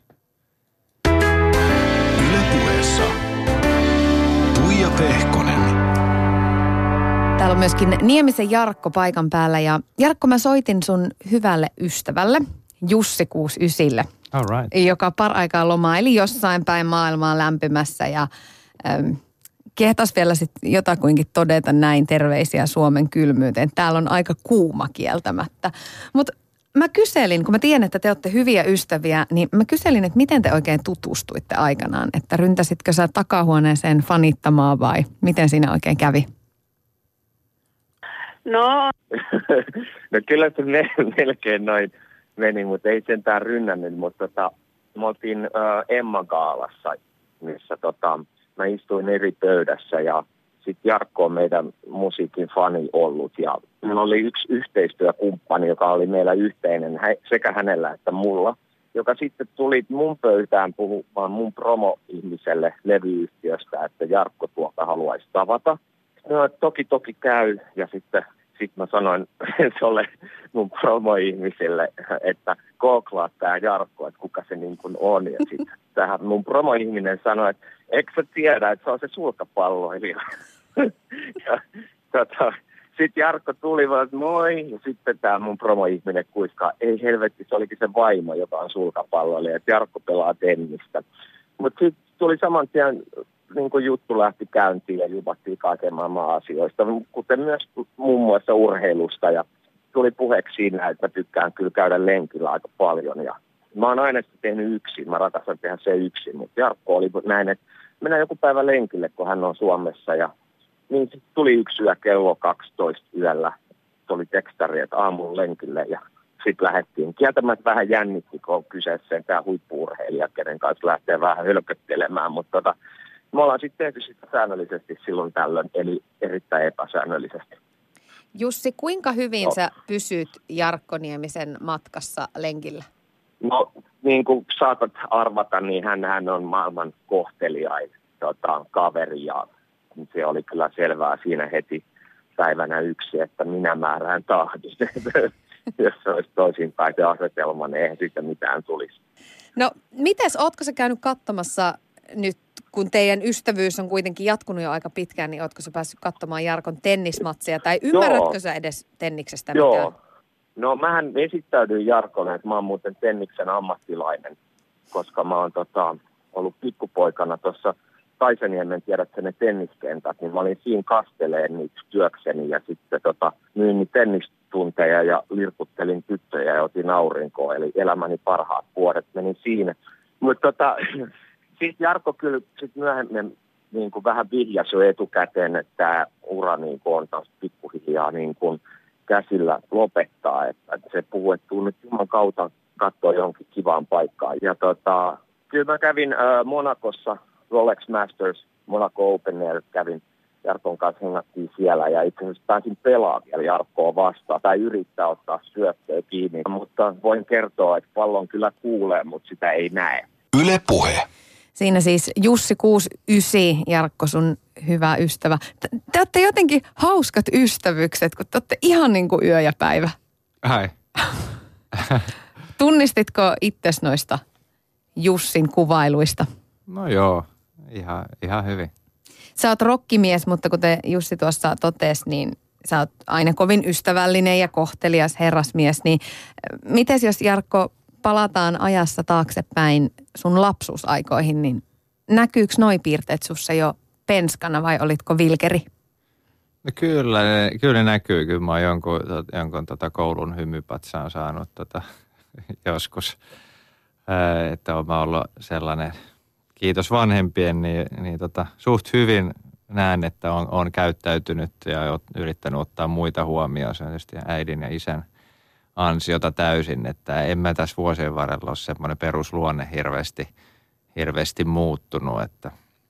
Yle Puheessa Tuija Pehkonen. Täällä on myöskin Niemisen Jarkko paikan päällä ja Jarkko, mä soitin sun hyvälle ystävälle Jussi 69, joka paraikaa lomaili jossain päin maailmaa lämpimässä ja kehtas vielä sitten jotakuinkin todeta näin terveisiä Suomen kylmyyteen. Täällä on aika kuuma kieltämättä. Mutta mä kyselin, kun mä tiedän, että te olette hyviä ystäviä, niin mä kyselin, että miten te oikein tutustuitte aikanaan? Että ryntäsitkö sä takahuoneeseen fanittamaan vai miten siinä oikein kävi? No kyllä se melkein noin meni, mutta ei sentään rynnännyt. Mutta me oltiin Emman Gaalassa, missä mä istuin eri pöydässä ja sitten Jarkko on meidän musiikin fani ollut. Ja meillä oli yksi yhteistyökumppani, joka oli meillä yhteinen sekä hänellä että mulla, joka sitten tuli mun pöytään puhumaan mun promo-ihmiselle levyyhtiöstä, että Jarkko tuolta haluaisi tavata. No toki käy ja sitten mä sanoin solle mun promo-ihmiselle, että googlaa tää Jarkko, että kuka se niin kuin on. Ja sitten tähän mun promo-ihminen sanoi, että eikö sä tiedä, että se on se sulkapalloilija. Ja sitten Jarkko tuli vaan, että moi. Ja sitten tämä mun promo-ihminen kuiskaa, ei helvetti, se olikin se vaimo, joka on sulkapalloilija, että Jarkko pelaa tennistä. Mutta sitten tuli saman tien, niin kuin juttu lähti käyntiin ja juvattiin kaiken maailman asioista, kuten myös muun muassa urheilusta. Ja tuli puheeksi siinä, että mä tykkään kyllä käydä lenkillä aika paljon. Ja mä oon aina sitä tehnyt yksin, mä rakastan tehdä se yksin. Mutta Jarkko oli näin, että mennään joku päivä lenkille, kun hän on Suomessa. Ja niin sitten tuli yksi yö kello 12 yöllä. Tuli tekstari, että aamun lenkille ja sitten lähdettiin. Kieltämättä vähän jännitti, kun on kyseessä tämä huippu-urheilija, kenen kanssa lähtee vähän hölköttelemään, mutta me ollaan sitten tehty sitä säännöllisesti silloin tällöin, eli erittäin epäsäännöllisesti. Jussi, kuinka hyvin sä pysyt Jarkko Niemisen matkassa lenkillä? No, niin kuin saatat arvata, niin hän on maailman kohteliain kaveri, ja se oli kyllä selvää siinä heti päivänä 1, että minä määrään tahdin. jos se olisi toisinpäin se asetelma, niin eihän siitä mitään tulisi. No, ootko sä käynyt katsomassa nyt, kun teidän ystävyys on kuitenkin jatkunut jo aika pitkään, niin ootko sä päässyt katsomaan Jarkon tennismatseja, tai ymmärrätkö sä edes tenniksestä mitään? Joo. No mähän esittäydyin Jarkolle, että mä oon muuten tenniksen ammattilainen, koska mä oon ollut pikkupoikana tuossa Kaisaniemen, tiedätkö ne tenniskentät, niin mä olin siinä kasteleen niitä työkseni ja sitten myin tennistunteja ja lirputtelin tyttöjä ja otin aurinkoa, eli elämäni parhaat vuodet meni siinä. Mutta sitten Jarkko kyllä sit myöhemmin niin kuin vähän vihjasi jo etukäteen, että tämä ura niin kuin on taas pikkuhiljaa niin kuin käsillä lopettaa, että se puhuu, että tuu nyt ilman kautta katsoa johonkin kivaan paikkaan. Ja kyllä mä kävin Monacossa, Rolex Masters, Monaco Open Air, kävin Jarkon kanssa, hengattiin siellä ja itse asiassa pääsin pelaamaan vielä Jarkkoa vastaan tai yrittää ottaa syöttöä kiinni, mutta voin kertoa, että pallon kyllä kuulee, mutta sitä ei näe. Yle Puhe. Siinä siis Jussi 69, Jarkko, sun hyvä ystävä. Te olette jotenkin hauskat ystävykset, kun te olette ihan niin kuin yö ja päivä. Ai. Tunnistitko itses noista Jussin kuvailuista? No joo, ihan hyvin. Sä oot rokkimies, mutta kuten Jussi tuossa totesi, niin sä oot aina kovin ystävällinen ja kohtelias herrasmies. Niin mites jos, Jarkko, palataan ajassa taaksepäin sun lapsuusaikoihin, niin näkyykö noi piirteet sussa jo penskana vai olitko vilkeri? No kyllä ne näkyy. Kyllä mä oon jonkun koulun hymypatsaan saanut joskus. Että oon mä ollut sellainen, kiitos vanhempien, niin suht hyvin näen, että on käyttäytynyt ja yrittänyt ottaa muita huomioon. Se on tietysti äidin ja isän ansiota täysin, että en mä tässä vuosien varrella ole semmoinen perusluonne hirveästi muuttunut, että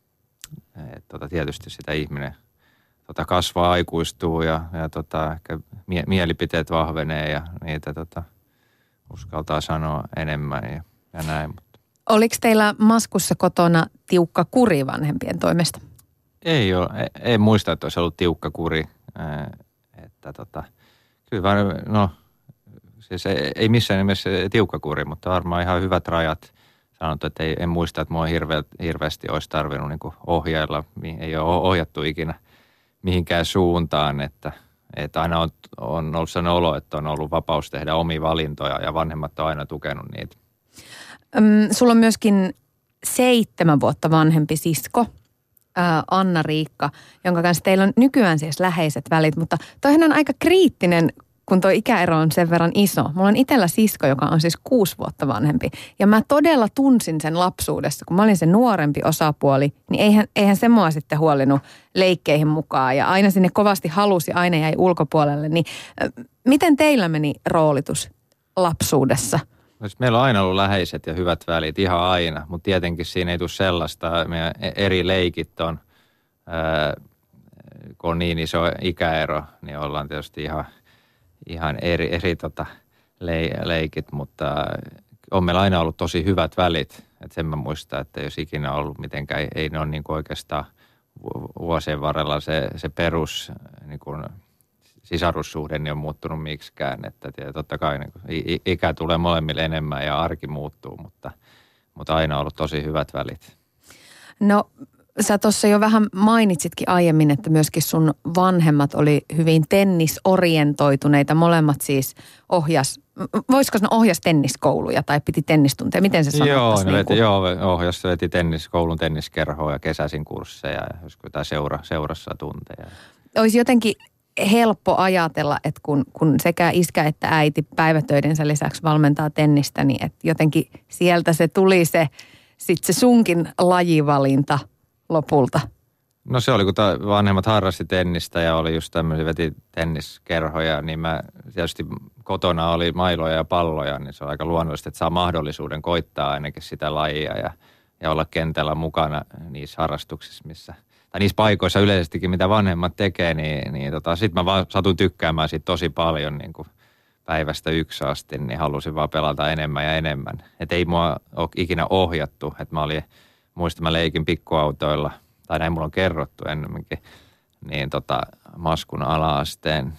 tietysti sitä ihminen kasvaa, aikuistuu ja ehkä mielipiteet vahvenee ja niitä uskaltaa sanoa enemmän ja näin. Oliko teillä Maskussa kotona tiukka kuri vanhempien toimesta? Ei ole, en muista, että olisi ollut tiukka kuri, että kyllä vaan, siis ei missään nimessä tiukka kuri, mutta varmaan ihan hyvät rajat. Sanottu, että en muista, että mua hirveästi olisi tarvinnut niin kuin ohjailla. Ei ole ohjattu ikinä mihinkään suuntaan, että aina on ollut sellainen olo, että on ollut vapaus tehdä omia valintoja ja vanhemmat on aina tukenut niitä. Sulla on myöskin 7 vuotta vanhempi sisko, Anna-Riikka, jonka kanssa teillä on nykyään siis läheiset välit, mutta toihan on aika kriittinen, kun tuo ikäero on sen verran iso. Mulla on itsellä sisko, joka on siis 6 vuotta vanhempi. Ja mä todella tunsin sen lapsuudessa, kun mä olin se nuorempi osapuoli, niin eihän se mua sitten huolinut leikkeihin mukaan. Ja aina sinne kovasti halusi, aina jäi ulkopuolelle. Niin miten teillä meni roolitus lapsuudessa? Meillä on aina ollut läheiset ja hyvät välit, ihan aina. Mutta tietenkin siinä ei tule sellaista. Meidän eri leikit on, kun on niin iso ikäero, niin ollaan tietysti ihan eri leikit, mutta on meillä aina ollut tosi hyvät välit. Että sen mä muistan, että jos ikinä ollut mitenkään, ei ne ole niin kuin oikeastaan vuosien varrella se perus niin kuin sisarussuhde niin on muuttunut miksikään. Että totta kai niin kuin, ikä tulee molemmille enemmän ja arki muuttuu, mutta aina on ollut tosi hyvät välit. No, sä tuossa jo vähän mainitsitkin aiemmin, että myöskin sun vanhemmat oli hyvin tennisorientoituneita. Molemmat siis voisiko ne ohjas tenniskouluja tai piti tennistunteja? Miten se sanottaisiin? Veti koulun tenniskerhoa ja kesäisin kursseja ja joskus jotain seurassa tunteja. Olisi jotenkin helppo ajatella, että kun sekä iskä että äiti päivätöidensä lisäksi valmentaa tennistä, niin että jotenkin sieltä se tuli se sunkin lajivalinta lopulta. No se oli, kun vanhemmat harrasti tennistä ja oli just tämmöisiä, veti tenniskerhoja, niin mä tietysti kotona oli mailoja ja palloja, niin se on aika luonnollista, että saa mahdollisuuden koittaa ainakin sitä lajia ja olla kentällä mukana niissä harrastuksissa, tai niissä paikoissa yleisestikin, mitä vanhemmat tekee, niin sit mä vaan satun tykkäämään siitä tosi paljon niin kuin päivästä 1 asti, niin halusin vaan pelata enemmän ja enemmän. Että ei mua ole ikinä ohjattu, että mä leikin pikkuautoilla, tai näin mulla on kerrottu ennemminkin, niin Maskun ala-asteen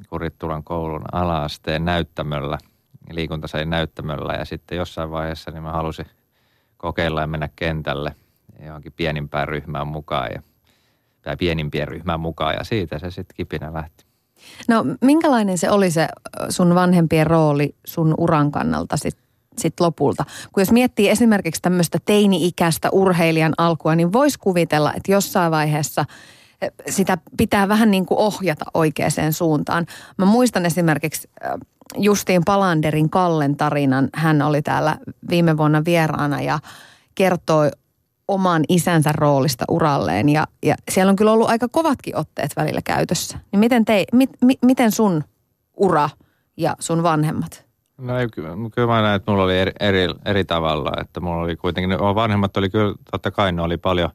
Kurittulan koulun ala-asteen näyttämöllä, liikuntasalin näyttämöllä. Ja sitten jossain vaiheessa niin mä halusin kokeilla ja mennä kentälle johonkin pienimpään ryhmään mukaan tai pienimpien ryhmään mukaan. Ja siitä se sitten kipinä lähti. No minkälainen se oli se sun vanhempien rooli sun uran kannalta sit lopulta? Kun jos miettii esimerkiksi tämmöistä teini-ikäistä urheilijan alkua, niin voisi kuvitella, että jossain vaiheessa sitä pitää vähän niin kuin ohjata oikeaan suuntaan. Mä muistan esimerkiksi Justiin Palanderin Kallen tarinan. Hän oli täällä viime vuonna vieraana ja kertoi oman isänsä roolista uralleen. Ja siellä on kyllä ollut aika kovatkin otteet välillä käytössä. Niin miten sun ura ja sun vanhemmat? No kyllä mä näen, että mulla oli eri tavalla. Että mulla oli kuitenkin, vanhemmat oli kyllä, totta kai ne oli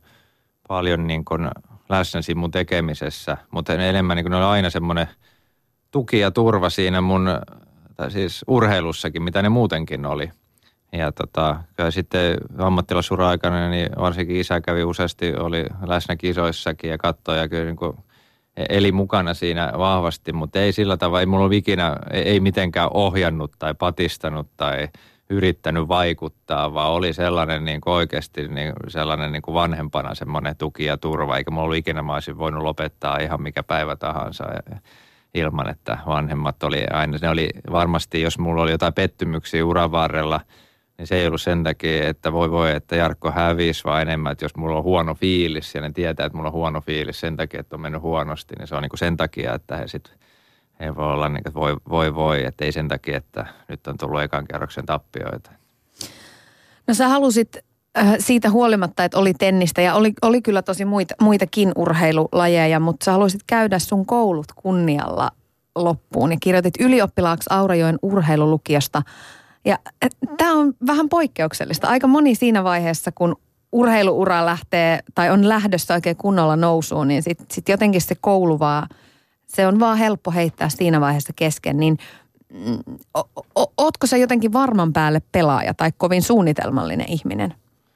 paljon niin kuin läsnä siinä mun tekemisessä. Mutta enemmän niin kuin ne oli aina semmoinen tuki ja turva siinä tai siis urheilussakin, mitä ne muutenkin oli. Ja kyllä sitten ammattilaisura-aikana, niin varsinkin isä kävi useasti, oli läsnä kisoissakin ja katsoi ja kyllä niin kuin eli mukana siinä vahvasti, mutta ei sillä tavalla, ei mulla ole ikinä, ei mitenkään ohjannut tai patistanut tai yrittänyt vaikuttaa, vaan oli sellainen niin kuin oikeasti niin sellainen niin kuin vanhempana semmoinen tuki ja turva, eikä mulla ollut ikinä, mä olisin voinut lopettaa ihan mikä päivä tahansa ilman, että vanhemmat oli aina, ne oli varmasti, jos mulla oli jotain pettymyksiä uran varrella, niin se ei ollut sen takia, että että Jarkko hävisi, vaan enemmän, että jos mulla on huono fiilis ja ne tietää, että mulla on huono fiilis sen takia, että on mennyt huonosti, niin se on niin kuin sen takia, että he voi olla niin kuin, että voi, että ei sen takia, että nyt on tullut ekan kerroksen tappioita. No sä halusit siitä huolimatta, että oli tennistä ja oli kyllä tosi muitakin urheilulajeja, mutta sä halusit käydä sun koulut kunnialla loppuun ja kirjoitit ylioppilaaksi Aurajoen urheilulukiosta. Ja tämä on vähän poikkeuksellista. Aika moni siinä vaiheessa, kun urheiluura lähtee tai on lähdössä oikein kunnolla nousuun, niin sit jotenkin se koulu se on vaan helppo heittää siinä vaiheessa kesken. Niin ootko sä jotenkin varman päälle pelaaja tai kovin suunnitelmallinen ihminen?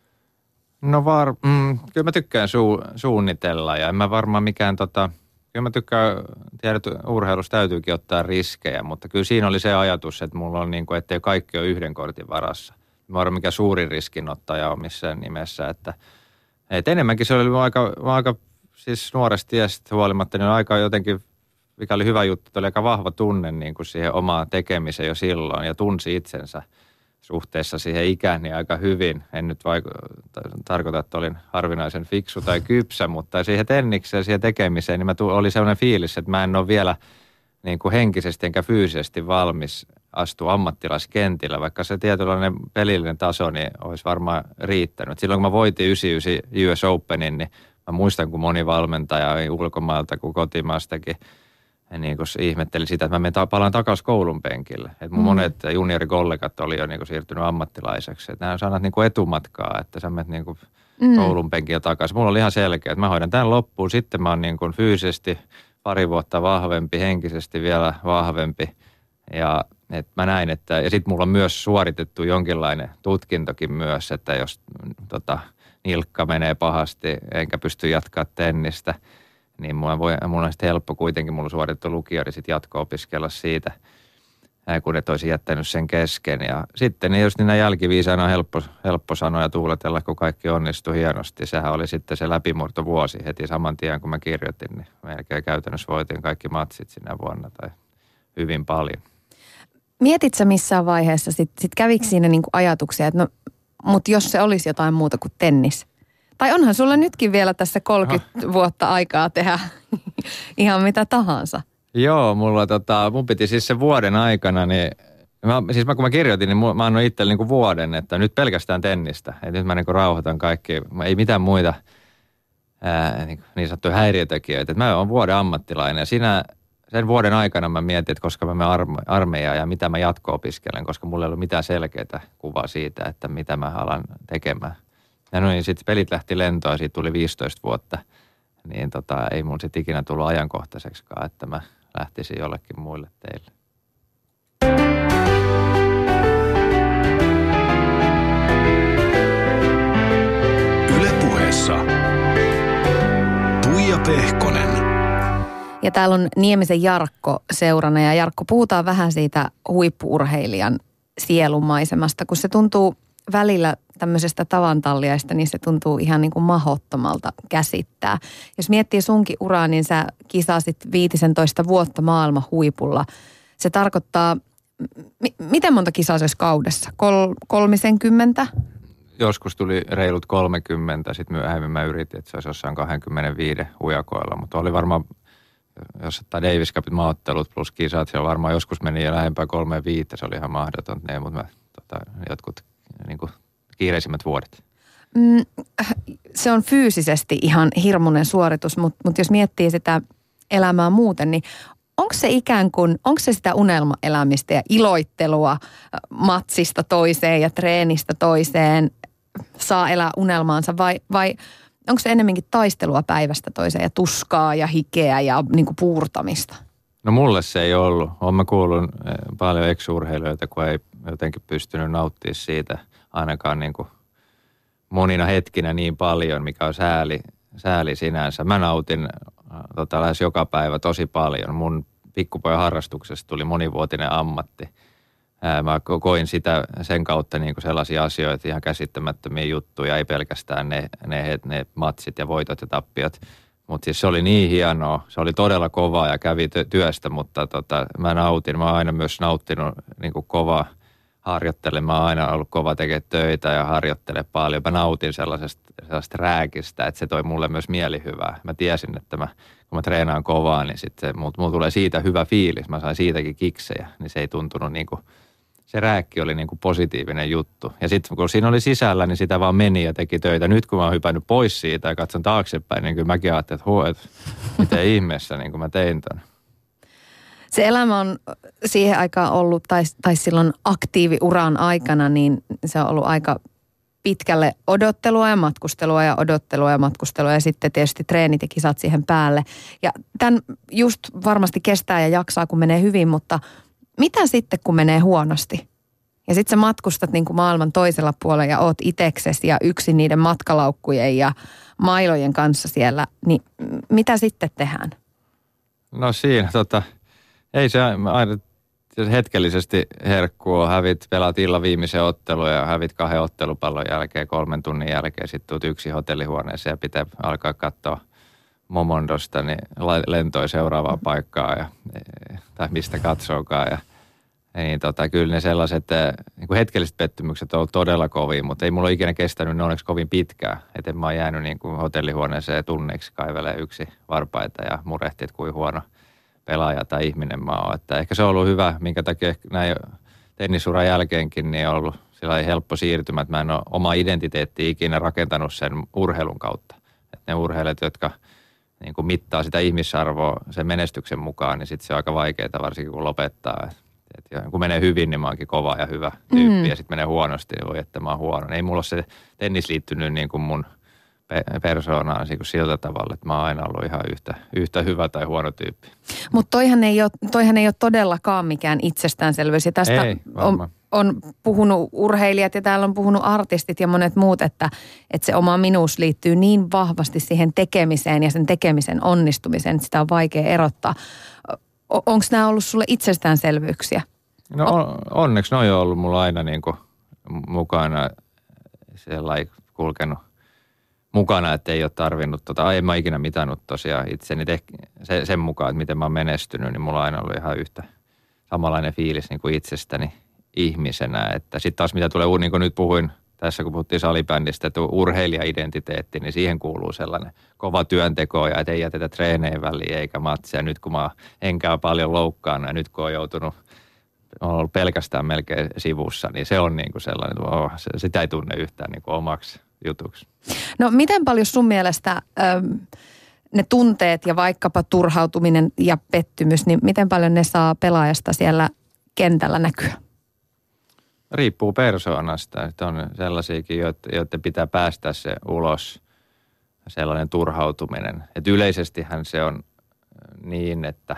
No kyllä mä tykkään suunnitella ja en mä varmaan mikään kyllä mä tykkään, tiedät, urheilussa täytyykin ottaa riskejä, mutta kyllä siinä oli se ajatus, että mulla on niin kuin, ettei kaikki ole yhden kortin varassa. Mä olen mikään suurin riskinottaja on missään nimessä, että enemmänkin se oli aika siis nuoresta iästä huolimatta, niin aika jotenkin, mikä oli hyvä juttu, oli aika vahva tunne niin kuin siihen omaan tekemiseen jo silloin ja tunsi itsensä suhteessa siihen ikään niin aika hyvin. En nyt tarkoita, että olin harvinaisen fiksu tai kypsä, mutta siihen tennikseen, siihen tekemiseen, niin oli sellainen fiilis, että mä en ole vielä niin kuin henkisesti enkä fyysisesti valmis astua ammattilaiskentillä, vaikka se tietynlainen pelillinen taso niin olisi varmaan riittänyt. Silloin kun mä voitin 99 US Openin, niin mä muistan, kun moni valmentaja ulkomailta kuin kotimaastakin niin kuin ihmetteli sitä, että mä palaan takaisin koulun penkille. Että mun monet juniorikollegat oli jo niin kuin siirtynyt ammattilaiseksi. Että nämä sanat niin kuin etumatkaa, että sä menet niin kuin koulun penkille takaisin. Mulla oli ihan selkeä, että mä hoidan tämän loppuun. Sitten mä oon niin kuin fyysisesti pari vuotta vahvempi, henkisesti vielä vahvempi. Ja että mä näin, että ja sitten mulla on myös suoritettu jonkinlainen tutkintokin myös, että jos nilkka menee pahasti enkä pysty jatkaa tennistä, niin mulla on sitten helppo kuitenkin, mulla on suoritettu lukio, niin sitten jatko-opiskella siitä, kun et olisi jättänyt sen kesken. Ja sitten niin just niin jälkiviisaina on helppo sanoa ja tuuletella, kun kaikki onnistui hienosti. Sehän oli sitten se läpimurtovuosi heti saman tien, kun mä kirjoitin, niin melkein käytännössä voitin kaikki matsit sinä vuonna tai hyvin paljon. Mietit sä missään vaiheessa, sit kävikö siinä niinku ajatuksia, että no, mutta jos se olisi jotain muuta kuin tennis? Tai onhan sulla nytkin vielä tässä 30 vuotta aikaa tehdä ihan mitä tahansa. Joo, mun piti siis sen vuoden aikana, niin kun mä kirjoitin, niin mä annoin itselle niin vuoden, että nyt pelkästään tennistä. Että nyt mä niin rauhoitan kaikki, ei mitään muita niin sanottuja häiriötekijöitä. Että mä oon vuoden ammattilainen ja sen vuoden aikana mä mietin, että koska mä menen armeijaan ja mitä mä jatko-opiskelen, koska mulla ei ollut mitään selkeää kuvaa siitä, että mitä mä alan tekemään. Ja no niin, sitten pelit lähti lentoon ja siitä tuli 15 vuotta, niin ei mun sitten ikinä tullut ajankohtaiseksikaan, että mä lähtisin jollekin muille teille. Yle Puheessa Tuija Pehkonen. Ja täällä on Niemisen Jarkko seurana ja Jarkko, puhutaan vähän siitä huippu-urheilijan sielunmaisemasta, kun se tuntuu välillä tämmöisestä tavantalliaista, niin se tuntuu ihan niin kuin mahdottomalta käsittää. Jos miettii sunkin uraa, niin sä kisasit 15 vuotta maailman huipulla. Se tarkoittaa, miten monta kisaa se olisi kaudessa? 30? Joskus tuli reilut 30, sitten myöhemmin mä yritin, että se olisi jossain 25 hujakoilla, mutta oli varmaan, jos ottaa Davis Cupit maaottelut plus kisat, siellä varmaan joskus meni jo lähempää 35, se oli ihan mahdoton, mutta jotkut niin kuin kiireisimmät vuodet. Se on fyysisesti ihan hirmuinen suoritus, mutta jos miettii sitä elämää muuten, niin onko se ikään kuin, onko se sitä unelmaelämistä ja iloittelua matsista toiseen ja treenistä toiseen, saa elää unelmaansa vai onko se ennemminkin taistelua päivästä toiseen ja tuskaa ja hikeä ja niin kuin puurtamista? No mulle se ei ollut. Olen mä kuullut paljon ex-urheilijoita, kun ei jotenkin pystynyt nauttimaan siitä ainakaan niin kuin monina hetkinä niin paljon, mikä on sääli sinänsä. Mä nautin lähes joka päivä tosi paljon. Mun pikkupojan harrastuksesta tuli monivuotinen ammatti. Mä koin sen kautta niin kuin sellaisia asioita, ihan käsittämättömiä juttuja, ei pelkästään ne matsit ja voitot ja tappiot. Mutta siis se oli niin hienoa, se oli todella kovaa ja kävi työstä, mutta mä nautin. Mä oon aina myös nauttinut niin kuin kovaa harjoittelemaan. Mä oon aina ollut kova tekemään töitä ja harjoittele paljon. Mä nautin sellaisesta rääkistä, että se toi mulle myös mielihyvää. Mä tiesin, että kun mä treenaan kovaa, niin sitten mulla tulee siitä hyvä fiilis. Mä sain siitäkin kiksejä, niin se ei tuntunut niin kuin, se rääkki oli niin kuin positiivinen juttu. Ja sitten kun siinä oli sisällä, niin sitä vaan meni ja teki töitä. Nyt kun mä oon hypännyt pois siitä ja katson taaksepäin, niin kyllä mäkin ajattelin, että miten ihmeessä niin kuin mä tein ton. Se elämä on siihen aikaan ollut, tai silloin aktiiviuran aikana, niin se on ollut aika pitkälle odottelua ja matkustelua ja odottelua ja matkustelua ja sitten tietysti treenit ja kisat siihen päälle. Ja tämän just varmasti kestää ja jaksaa, kun menee hyvin, mutta mitä sitten, kun menee huonosti? Ja sitten sä matkustat niin kuin maailman toisella puolella ja oot iteksesi ja yksin niiden matkalaukkujen ja mailojen kanssa siellä, niin mitä sitten tehdään? No siinä ei se aina hetkellisesti herkkuu, pelaat illan viimeisen ottelun ja hävit 2 ottelupallon jälkeen 3 tunnin jälkeen. Sitten tuut yksin hotellihuoneeseen ja pitää alkaa katsoa Momondosta niin lentoi seuraavaan paikkaan tai mistä katsookaan. Niin kyllä ne sellaiset niin kuin hetkelliset pettymykset on ollut todella kovia, mutta ei mulla ole ikinä kestänyt ne onneksi kovin pitkään. Että mä oon jäänyt niin kuin hotellihuoneeseen tunniksi kaivelee yksi varpaita ja murehtii, että kuin huono pelaaja tai ihminen mä oon. Että ehkä se on ollut hyvä, minkä takia näin tennisuran jälkeenkin niin on ollut sillä helppo siirtymä, että mä en ole oma identiteetti ikinä rakentanut sen urheilun kautta. Että ne urheilijat, jotka niin kuin mittaa sitä ihmisarvoa sen menestyksen mukaan, niin sitten se on aika vaikeaa, varsinkin kun lopettaa. Et kun menee hyvin, niin mä oonkin kova ja hyvä tyyppi, ja sitten menee huonosti, niin voi, että mä oon huono. Ei mulla ole se tennis liittynyt niin kuin mun persoonaan niin kuin sillä tavalla, että mä oon aina ollut ihan yhtä hyvä tai huono tyyppi. Mutta toihan ei ole todellakaan mikään itsestäänselvyys. Ja tästä on puhunut urheilijat ja täällä on puhunut artistit ja monet muut, että se oma minuus liittyy niin vahvasti siihen tekemiseen ja sen tekemisen onnistumiseen, että sitä on vaikea erottaa. Onko nämä ollut sulle itsestäänselvyyksiä? No onneksi ne on jo ollut mulla aina niin kuin mukana sellainen kulkenut mukana, että ei ole tarvinnut, en mä ikinä mitannut tosiaan itseni sen mukaan, että miten mä oon menestynyt, niin mulla on aina ollut ihan yhtä samanlainen fiilis niin kuin itsestäni ihmisenä. Että sitten taas mitä tulee, niin kuin nyt puhuin tässä, kun puhuttiin salibändistä, että urheilija-identiteetti, niin siihen kuuluu sellainen kova työnteko ja että ei jätetä treeneen väliin eikä matseja. Nyt kun mä enkä paljon loukkaana ja nyt kun on joutunut, on ollut pelkästään melkein sivussa, niin se on niin kuin sellainen, että sitä ei tunne yhtään niin kuin omaksi jutuksi. No miten paljon sun mielestä ne tunteet ja vaikkapa turhautuminen ja pettymys, niin miten paljon ne saa pelaajasta siellä kentällä näkyä? Riippuu persoonasta. Että on sellaisiakin, joiden pitää päästä se ulos, sellainen turhautuminen. Että yleisestihän se on niin, että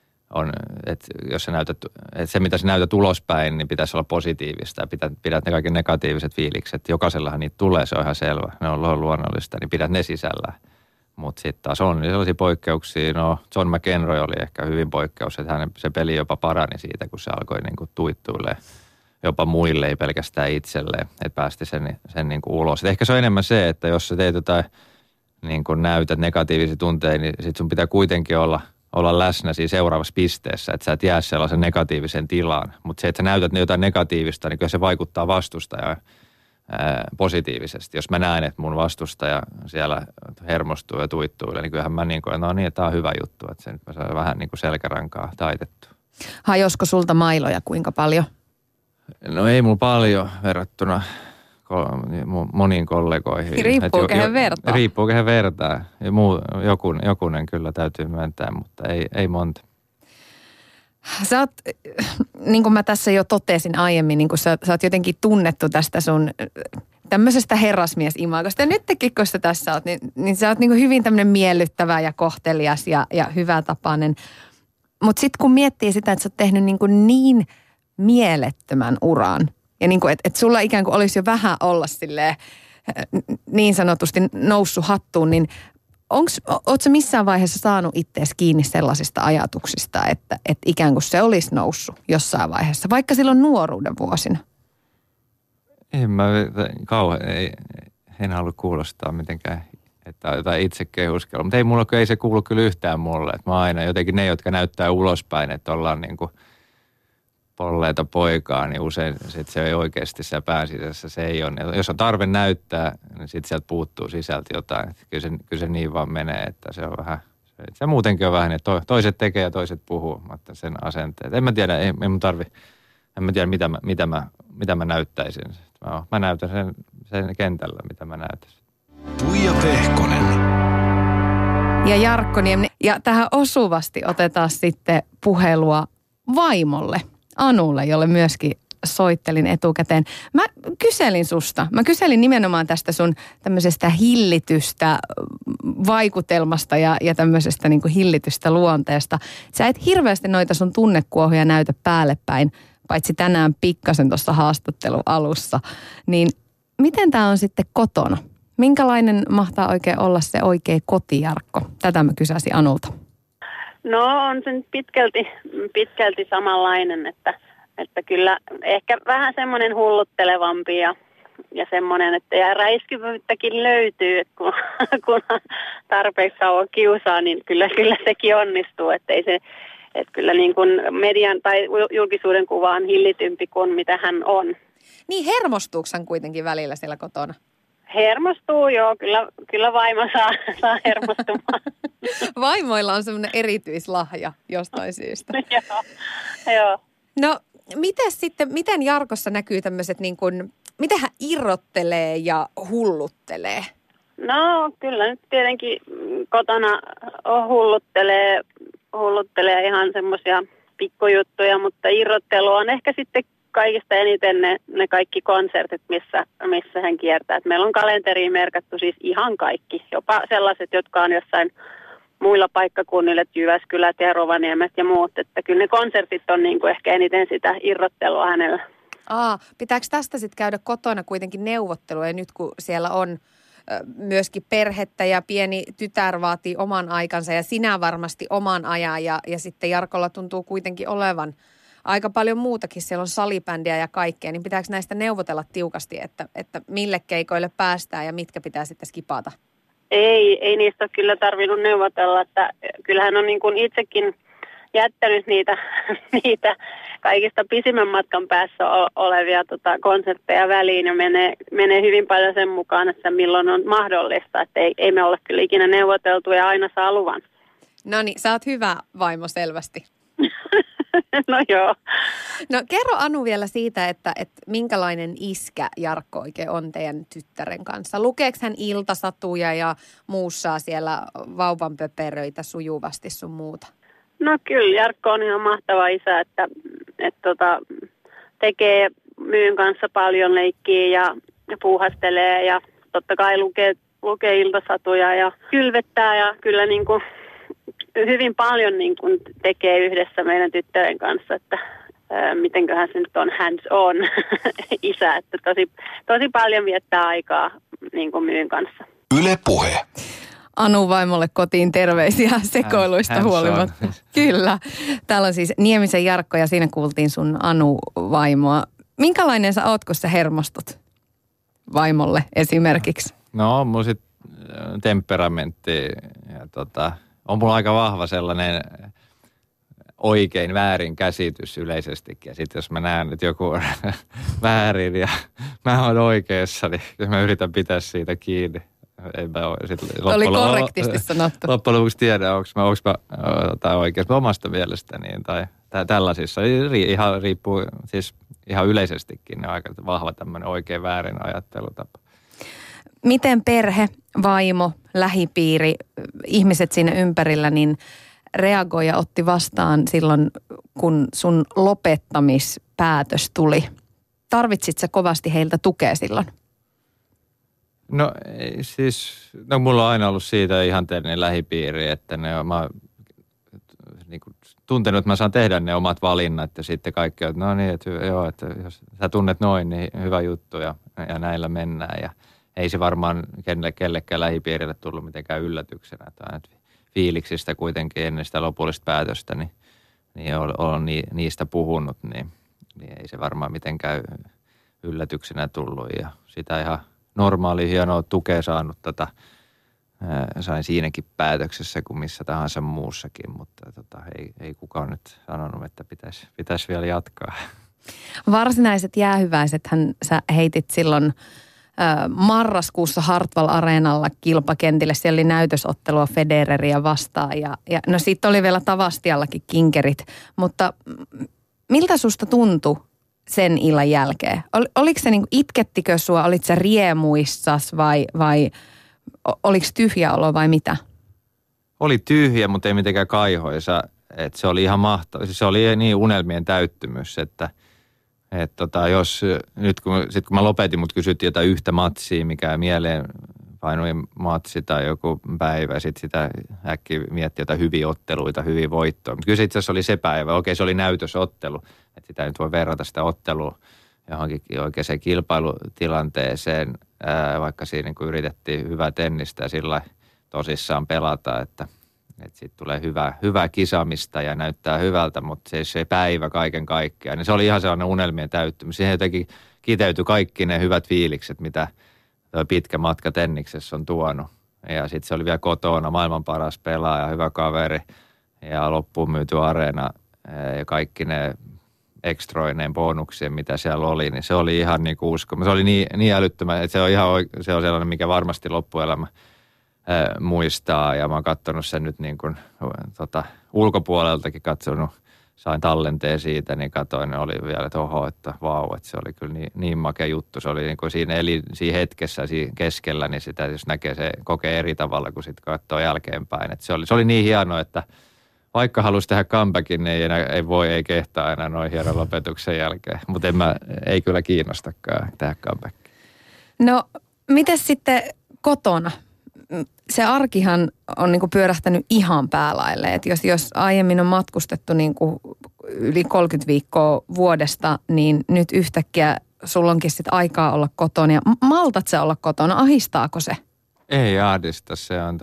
jos sä näytät, että se mitä sä näytät ulospäin, niin pitäisi olla positiivista ja pidät ne kaikki negatiiviset fiilikset. Jokaisellahan niitä tulee, se on ihan selvä. Ne on luonnollista, niin pidät ne sisällä. Mutta sitten taas on sellaisia poikkeuksia. No John McEnroe oli ehkä hyvin poikkeus, että se peli jopa parani siitä, kun se alkoi niinku tuittuille jopa muille, ei pelkästään itselleen, että päästi sen niinku ulos. Et ehkä se on enemmän se, että jos sä teet jotain, niin kun näytät negatiivisia tunteita, niin sit sun pitää kuitenkin olla läsnä siinä seuraavassa pisteessä, että sä et jää sellaisen negatiivisen tilaan. Mutta se, että sä näytät jotain negatiivista, niin kyllä se vaikuttaa vastustajaan positiivisesti. Jos mä näen, että mun vastustaja siellä hermostuu ja tuittuilee, niin kyllähän mä niin kuin, no niin, että tää on hyvä juttu, että se nyt mä saan vähän niin kuin selkärankaa taitettua. Hajosko sulta mailoja kuinka paljon? No ei mulla paljon verrattuna moniin kollegoihin. Riippuu kehen vertaa. Riippuu kehen vertaa. Jokunen kyllä täytyy myöntää, mutta ei monta. Sä oot, niin kuin mä tässä jo totesin aiemmin, niin kuin sä oot jotenkin tunnettu tästä sun tämmöisestä herrasmies-imagosta. Ja nytkin, kun sä tässä oot, niin sä oot niin kuin hyvin tämmöinen miellyttävä ja kohtelias ja hyvätapainen. Mutta sitten kun miettii sitä, että sä oot tehnyt niin mielettömän uran, ja niin kuin, että sulla ikään kuin olisi jo vähän olla silleen niin sanotusti noussut hattuun, niin ootko sä missään vaiheessa saanut ittees kiinni sellaisista ajatuksista, että ikään kuin se olisi noussut jossain vaiheessa, vaikka silloin nuoruuden vuosina? En halua kuulostaa mitenkään, että jotain itse kehuskelua, mutta ei se kuulu kyllä yhtään mulle. Että mä aina jotenkin ne, jotka näyttää ulospäin, että ollaan niin kuin polleita poikaa, niin usein sit se ei oikeasti siellä pääsisässä se ei ole. Jos on tarve näyttää, niin sitten sieltä puuttuu sisältä jotain. Kyllä se niin vaan menee, että se on vähän, se muutenkin on vähän, että toiset tekee ja toiset puhuu, mutta sen asenteet. En mä tiedä, mitä mä näyttäisin. Mä näytän sen kentällä, mitä mä näytäisin. Tuija Pehkonen. Ja Jarkko Nieminen. Ja tähän osuvasti otetaan sitten puhelua vaimolle, Anulle, jolle myöskin soittelin etukäteen. Mä kyselin susta. Mä kyselin nimenomaan tästä sun tämmöisestä hillitystä vaikutelmasta ja tämmöisestä niin kuin hillitystä luonteesta. Sä et hirveästi noita sun tunnekuohuja näytä päälle päin, paitsi tänään pikkasen tuossa haastattelun alussa. Niin miten tää on sitten kotona? Minkälainen mahtaa oikein olla se oikea koti, Jarkko? Tätä mä kysäsin Anulta. No on se nyt pitkälti samanlainen, että kyllä ehkä vähän semmoinen hulluttelevampi ja semmoinen, että ja räiskyvyyttäkin löytyy, että kun tarpeeksi kauan kiusaa, niin kyllä sekin onnistuu, että kyllä niin kuin median tai julkisuuden kuva on hillitympi kuin mitä hän on. Niin hermostuuko hän kuitenkin välillä siellä kotona? Hermostuu, joo. Kyllä vaimo saa hermostumaan. Vaimoilla on semmoinen erityislahja jostain syystä. Joo. No, miten Jarkossa näkyy tämmöiset niin kuin, mitä hän irrottelee ja hulluttelee? No, kyllä nyt tietenkin kotona hulluttelee ihan semmoisia pikkujuttuja, mutta irrottelu on ehkä sitten kaikista eniten ne kaikki konsertit, missä hän kiertää. Et meillä on kalenteriin merkattu siis ihan kaikki, jopa sellaiset, jotka on jossain muilla paikkakunnilla, Jyväskylät ja Rovaniemet ja muut. Että kyllä ne konsertit on niin kuin ehkä eniten sitä irrottelua hänellä. Pitääkö tästä sitten käydä kotona kuitenkin neuvottelua, nyt kun siellä on myöskin perhettä ja pieni tytär vaatii oman aikansa ja sinä varmasti oman ajan ja sitten Jarkolla tuntuu kuitenkin olevan aika paljon muutakin, siellä on salibändiä ja kaikkea, niin pitääkö näistä neuvotella tiukasti, että mille keikoille päästään ja mitkä pitää sitten skipata? Ei niistä ole kyllä tarvinnut neuvotella, että kyllähän on niin kuin itsekin jättänyt niitä kaikista pisimmän matkan päässä olevia konsertteja väliin ja menee hyvin paljon sen mukaan, että milloin on mahdollista, että ei me olla kyllä ikinä neuvoteltu ja aina saa luvan. No niin, sä oot hyvä vaimo selvästi. No joo. No kerro Anu vielä siitä, että minkälainen iskä Jarkko oikein on teidän tyttären kanssa. Lukeeko hän iltasatuja ja muussaa siellä vauvanpöperöitä sujuvasti sun muuta? No kyllä, Jarkko on ihan mahtava isä, että tekee myyn kanssa paljon leikkiä ja puuhastelee ja totta kai lukee iltasatuja ja kylvettää ja kyllä niin kuin hyvin paljon niin kuin tekee yhdessä meidän tyttären kanssa, että mitenköhän se nyt on hands on isä, että tosi paljon viettää aikaa niin kuin myyn kanssa. Yle Puhe. Anu vaimolle kotiin terveisiä sekoiluista huolimatta. Kyllä. Täällä on siis Niemisen Jarkko ja siinä kuultiin sun Anu-vaimoa. Minkälainen sä oot, kun sä hermostut vaimolle esimerkiksi? No, mun sit temperamentti ja on mulla aika vahva sellainen oikein väärin käsitys yleisestikin. Ja sitten jos mä näen, että joku on väärin ja mä oon oikeassa, niin mä yritän pitää siitä kiinni. Oli korrektisti sanottu. Loppujen lopuksi tiedä, onko mä oikeassa omasta mielestäni tai tällaisissa. Ihan riippuu, siis ihan yleisestikin ne on aika vahva tämmöinen oikein väärin ajattelutapa. Miten perhe, vaimo, lähipiiri, ihmiset siinä ympärillä, niin reagoi ja otti vastaan silloin, kun sun lopettamispäätös tuli? Tarvitsit sä kovasti heiltä tukea silloin? No mulla on aina ollut siitä ihanteellinen lähipiiri, että mä oon niin kuin tuntenut, että mä saan tehdä ne omat valinnat ja sitten kaikki on, että no niin, että että jos sä tunnet noin, niin hyvä juttu ja näillä mennään. Ja ei se varmaan kellekään lähipiirille tullut mitenkään yllätyksenä. Että fiiliksistä kuitenkin ennen sitä lopullista päätöstä, niin olen niistä puhunut, niin ei se varmaan mitenkään yllätyksenä tullut. Ja sitä ihan normaali hienoa tukea saanut sain siinäkin päätöksessä kuin missä tahansa muussakin, mutta ei kukaan nyt sanonut, että pitäisi vielä jatkaa. Varsinaiset jäähyväisethän sä heitit silloin marraskuussa Hartwall-areenalla kilpakentille. Siellä oli näytösottelua Federeriä vastaan ja no siitä oli vielä Tavastiallakin kinkerit, mutta miltä susta tuntui sen illan jälkeen? Oliko se niinku, itkettikö sua, olit sä riemuissas vai oliko tyhjä olo vai mitä? Oli tyhjä, mutta ei mitenkään kaihoisa. Että se oli ihan mahtava. Se oli niin unelmien täyttymys, että jos nyt kun mä lopetin, mut kysyttiin jotain yhtä matsia, mikä mieleen painui matsi tai joku päivä, sitten sitä äkkiä mietti jotain hyviä otteluita, hyviä voittoja. Mutta kyllä se itse asiassa oli se päivä. Okei, se oli näytösottelu, että sitä nyt voi verrata sitä ottelua johonkin oikeaan kilpailutilanteeseen, vaikka siinä niin yritettiin hyvää tennistä ja sillä tosissaan pelata, että siitä tulee hyvää kisaamista ja näyttää hyvältä, mutta se päivä kaiken kaikkiaan. Se oli ihan sellainen unelmien täyttymys. Siihen jotenkin kiteytyi kaikki ne hyvät fiilikset, mitä pitkä matka tenniksessä on tuonut. Ja sitten se oli vielä kotona, maailman paras pelaaja, hyvä kaveri ja loppuun myyty areena ja kaikki ne ekstroineen bonuksien, mitä siellä oli, niin se oli ihan niin kuin uskomaton. Se oli niin älyttömän, että se on sellainen, mikä varmasti loppuelämä muistaa. Ja mä oon katsonut sen nyt niin kuin ulkopuoleltakin katsonut, sain tallenteen siitä, niin katsoin, oli vielä, että että vau, että se oli kyllä niin makea juttu. Se oli niin kuin siinä hetkessä, siinä keskellä, niin sitä jos näkee, se kokee eri tavalla kuin sitten katsoo jälkeenpäin. Että se oli niin hienoa, että vaikka halusi tehdä comebackin, niin ei kehtaa enää noin hienon lopetuksen jälkeen. Mutta ei kyllä kiinnostakaan tehdä comebackia. No, mites sitten kotona? Se arkihan on niinku pyörähtänyt ihan päälaille. Et jos aiemmin on matkustettu niinku yli 30 viikkoa vuodesta, niin nyt yhtäkkiä sulla onkin sit aikaa olla kotona. Ja maltat sä olla kotona? Ahistaako se? Ei ahdista. Se on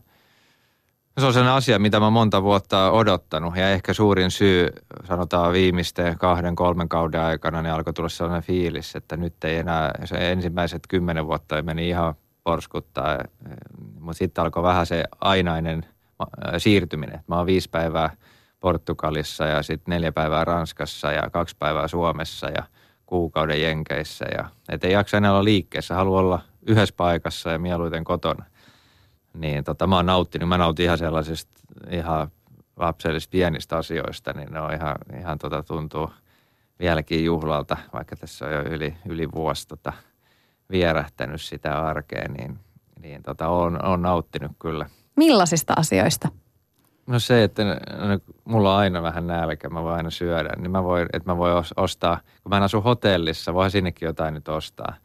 se on sellainen asia, mitä mä monta vuotta odottanut ja ehkä suurin syy, sanotaan viimeisten 2-3 kauden aikana, niin alkoi tulla sellainen fiilis, että nyt ei enää, se ensimmäiset 10 vuotta meni ihan porskuttaa, mutta sitten alkoi vähän se ainainen siirtyminen. Mä oon 5 päivää Portugalissa ja sitten 4 päivää Ranskassa ja 2 päivää Suomessa ja kuukauden Jenkeissä. Et ei jaksa enää olla liikkeessä, haluan olla yhdessä paikassa ja mieluiten kotona. Niin mä oon nauttinut. Mä nautin ihan sellaisista ihan lapsellisista pienistä asioista, niin ne on ihan tuntuu vieläkin juhlalta, vaikka tässä on jo yli vuosi vierähtänyt sitä arkeen, niin on nauttinut kyllä. Millaisista asioista? No se, että mulla on aina vähän nälkä, mä voin aina syödä, niin mä voin ostaa, kun mä en asu hotellissa, voin sinnekin jotain nyt ostaa.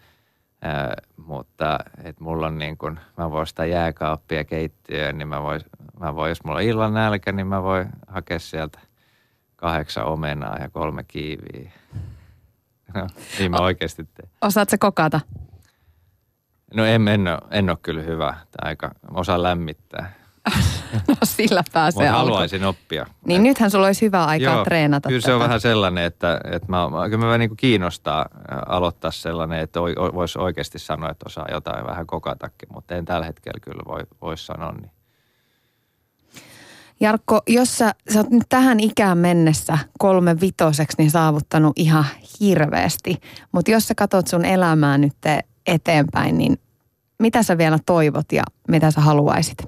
Mutta että mulla on niin kuin, mä voin ostaa jääkaappia keittiöön, niin mä voin, jos mulla on illan nälkä, niin mä voin hakea sieltä 8 omenaa ja 3 kiiviä. No, niin mä oikeasti teen. Osaatko kokata? No en ole kyllä hyvä. Tämä aika osaa lämmittää. No sillä pääsee Mutta alkuun. haluaisin oppia. Niin nythän sulla olisi hyvä aikaa treenata kyllä se tätä. on vähän sellainen, että kyllä mä niin kuin kiinnostaa aloittaa sellainen, että voisi oikeasti sanoa, että osaa jotain vähän kokatakin, mutta en tällä hetkellä kyllä voi sanoa niin. Jarkko, jos sä oot nyt tähän ikään mennessä 3-5 niin saavuttanut ihan hirveästi, mutta jos sä katsot sun elämää nyt eteenpäin, niin mitä sä vielä toivot ja mitä sä haluaisit?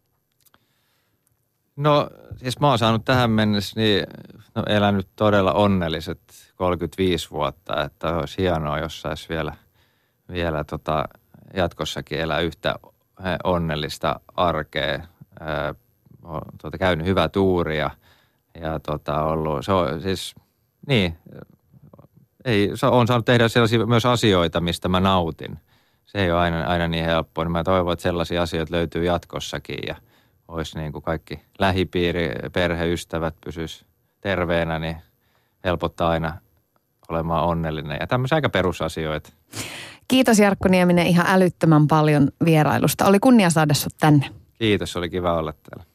No siis mä oon saanut tähän mennessä elänyt todella onnelliset 35 vuotta, että olisi hienoa, jos saisi vielä jatkossakin elää yhtä onnellista arkea. Käynyt hyvää tuuria ja ollut, se on siis, niin, on saanut tehdä sellaisia myös asioita, mistä mä nautin. Se ei ole aina niin helppoa. Mä toivon, että sellaisia asioita löytyy jatkossakin ja olisi niin kuin kaikki lähipiiri, perhe, ystävät pysyisi terveenä, niin helpottaa aina olemaan onnellinen. Ja tämmöisiä aika perusasioita. Kiitos Jarkko Nieminen ihan älyttömän paljon vierailusta. Oli kunnia saada sut tänne. Kiitos, oli kiva olla täällä.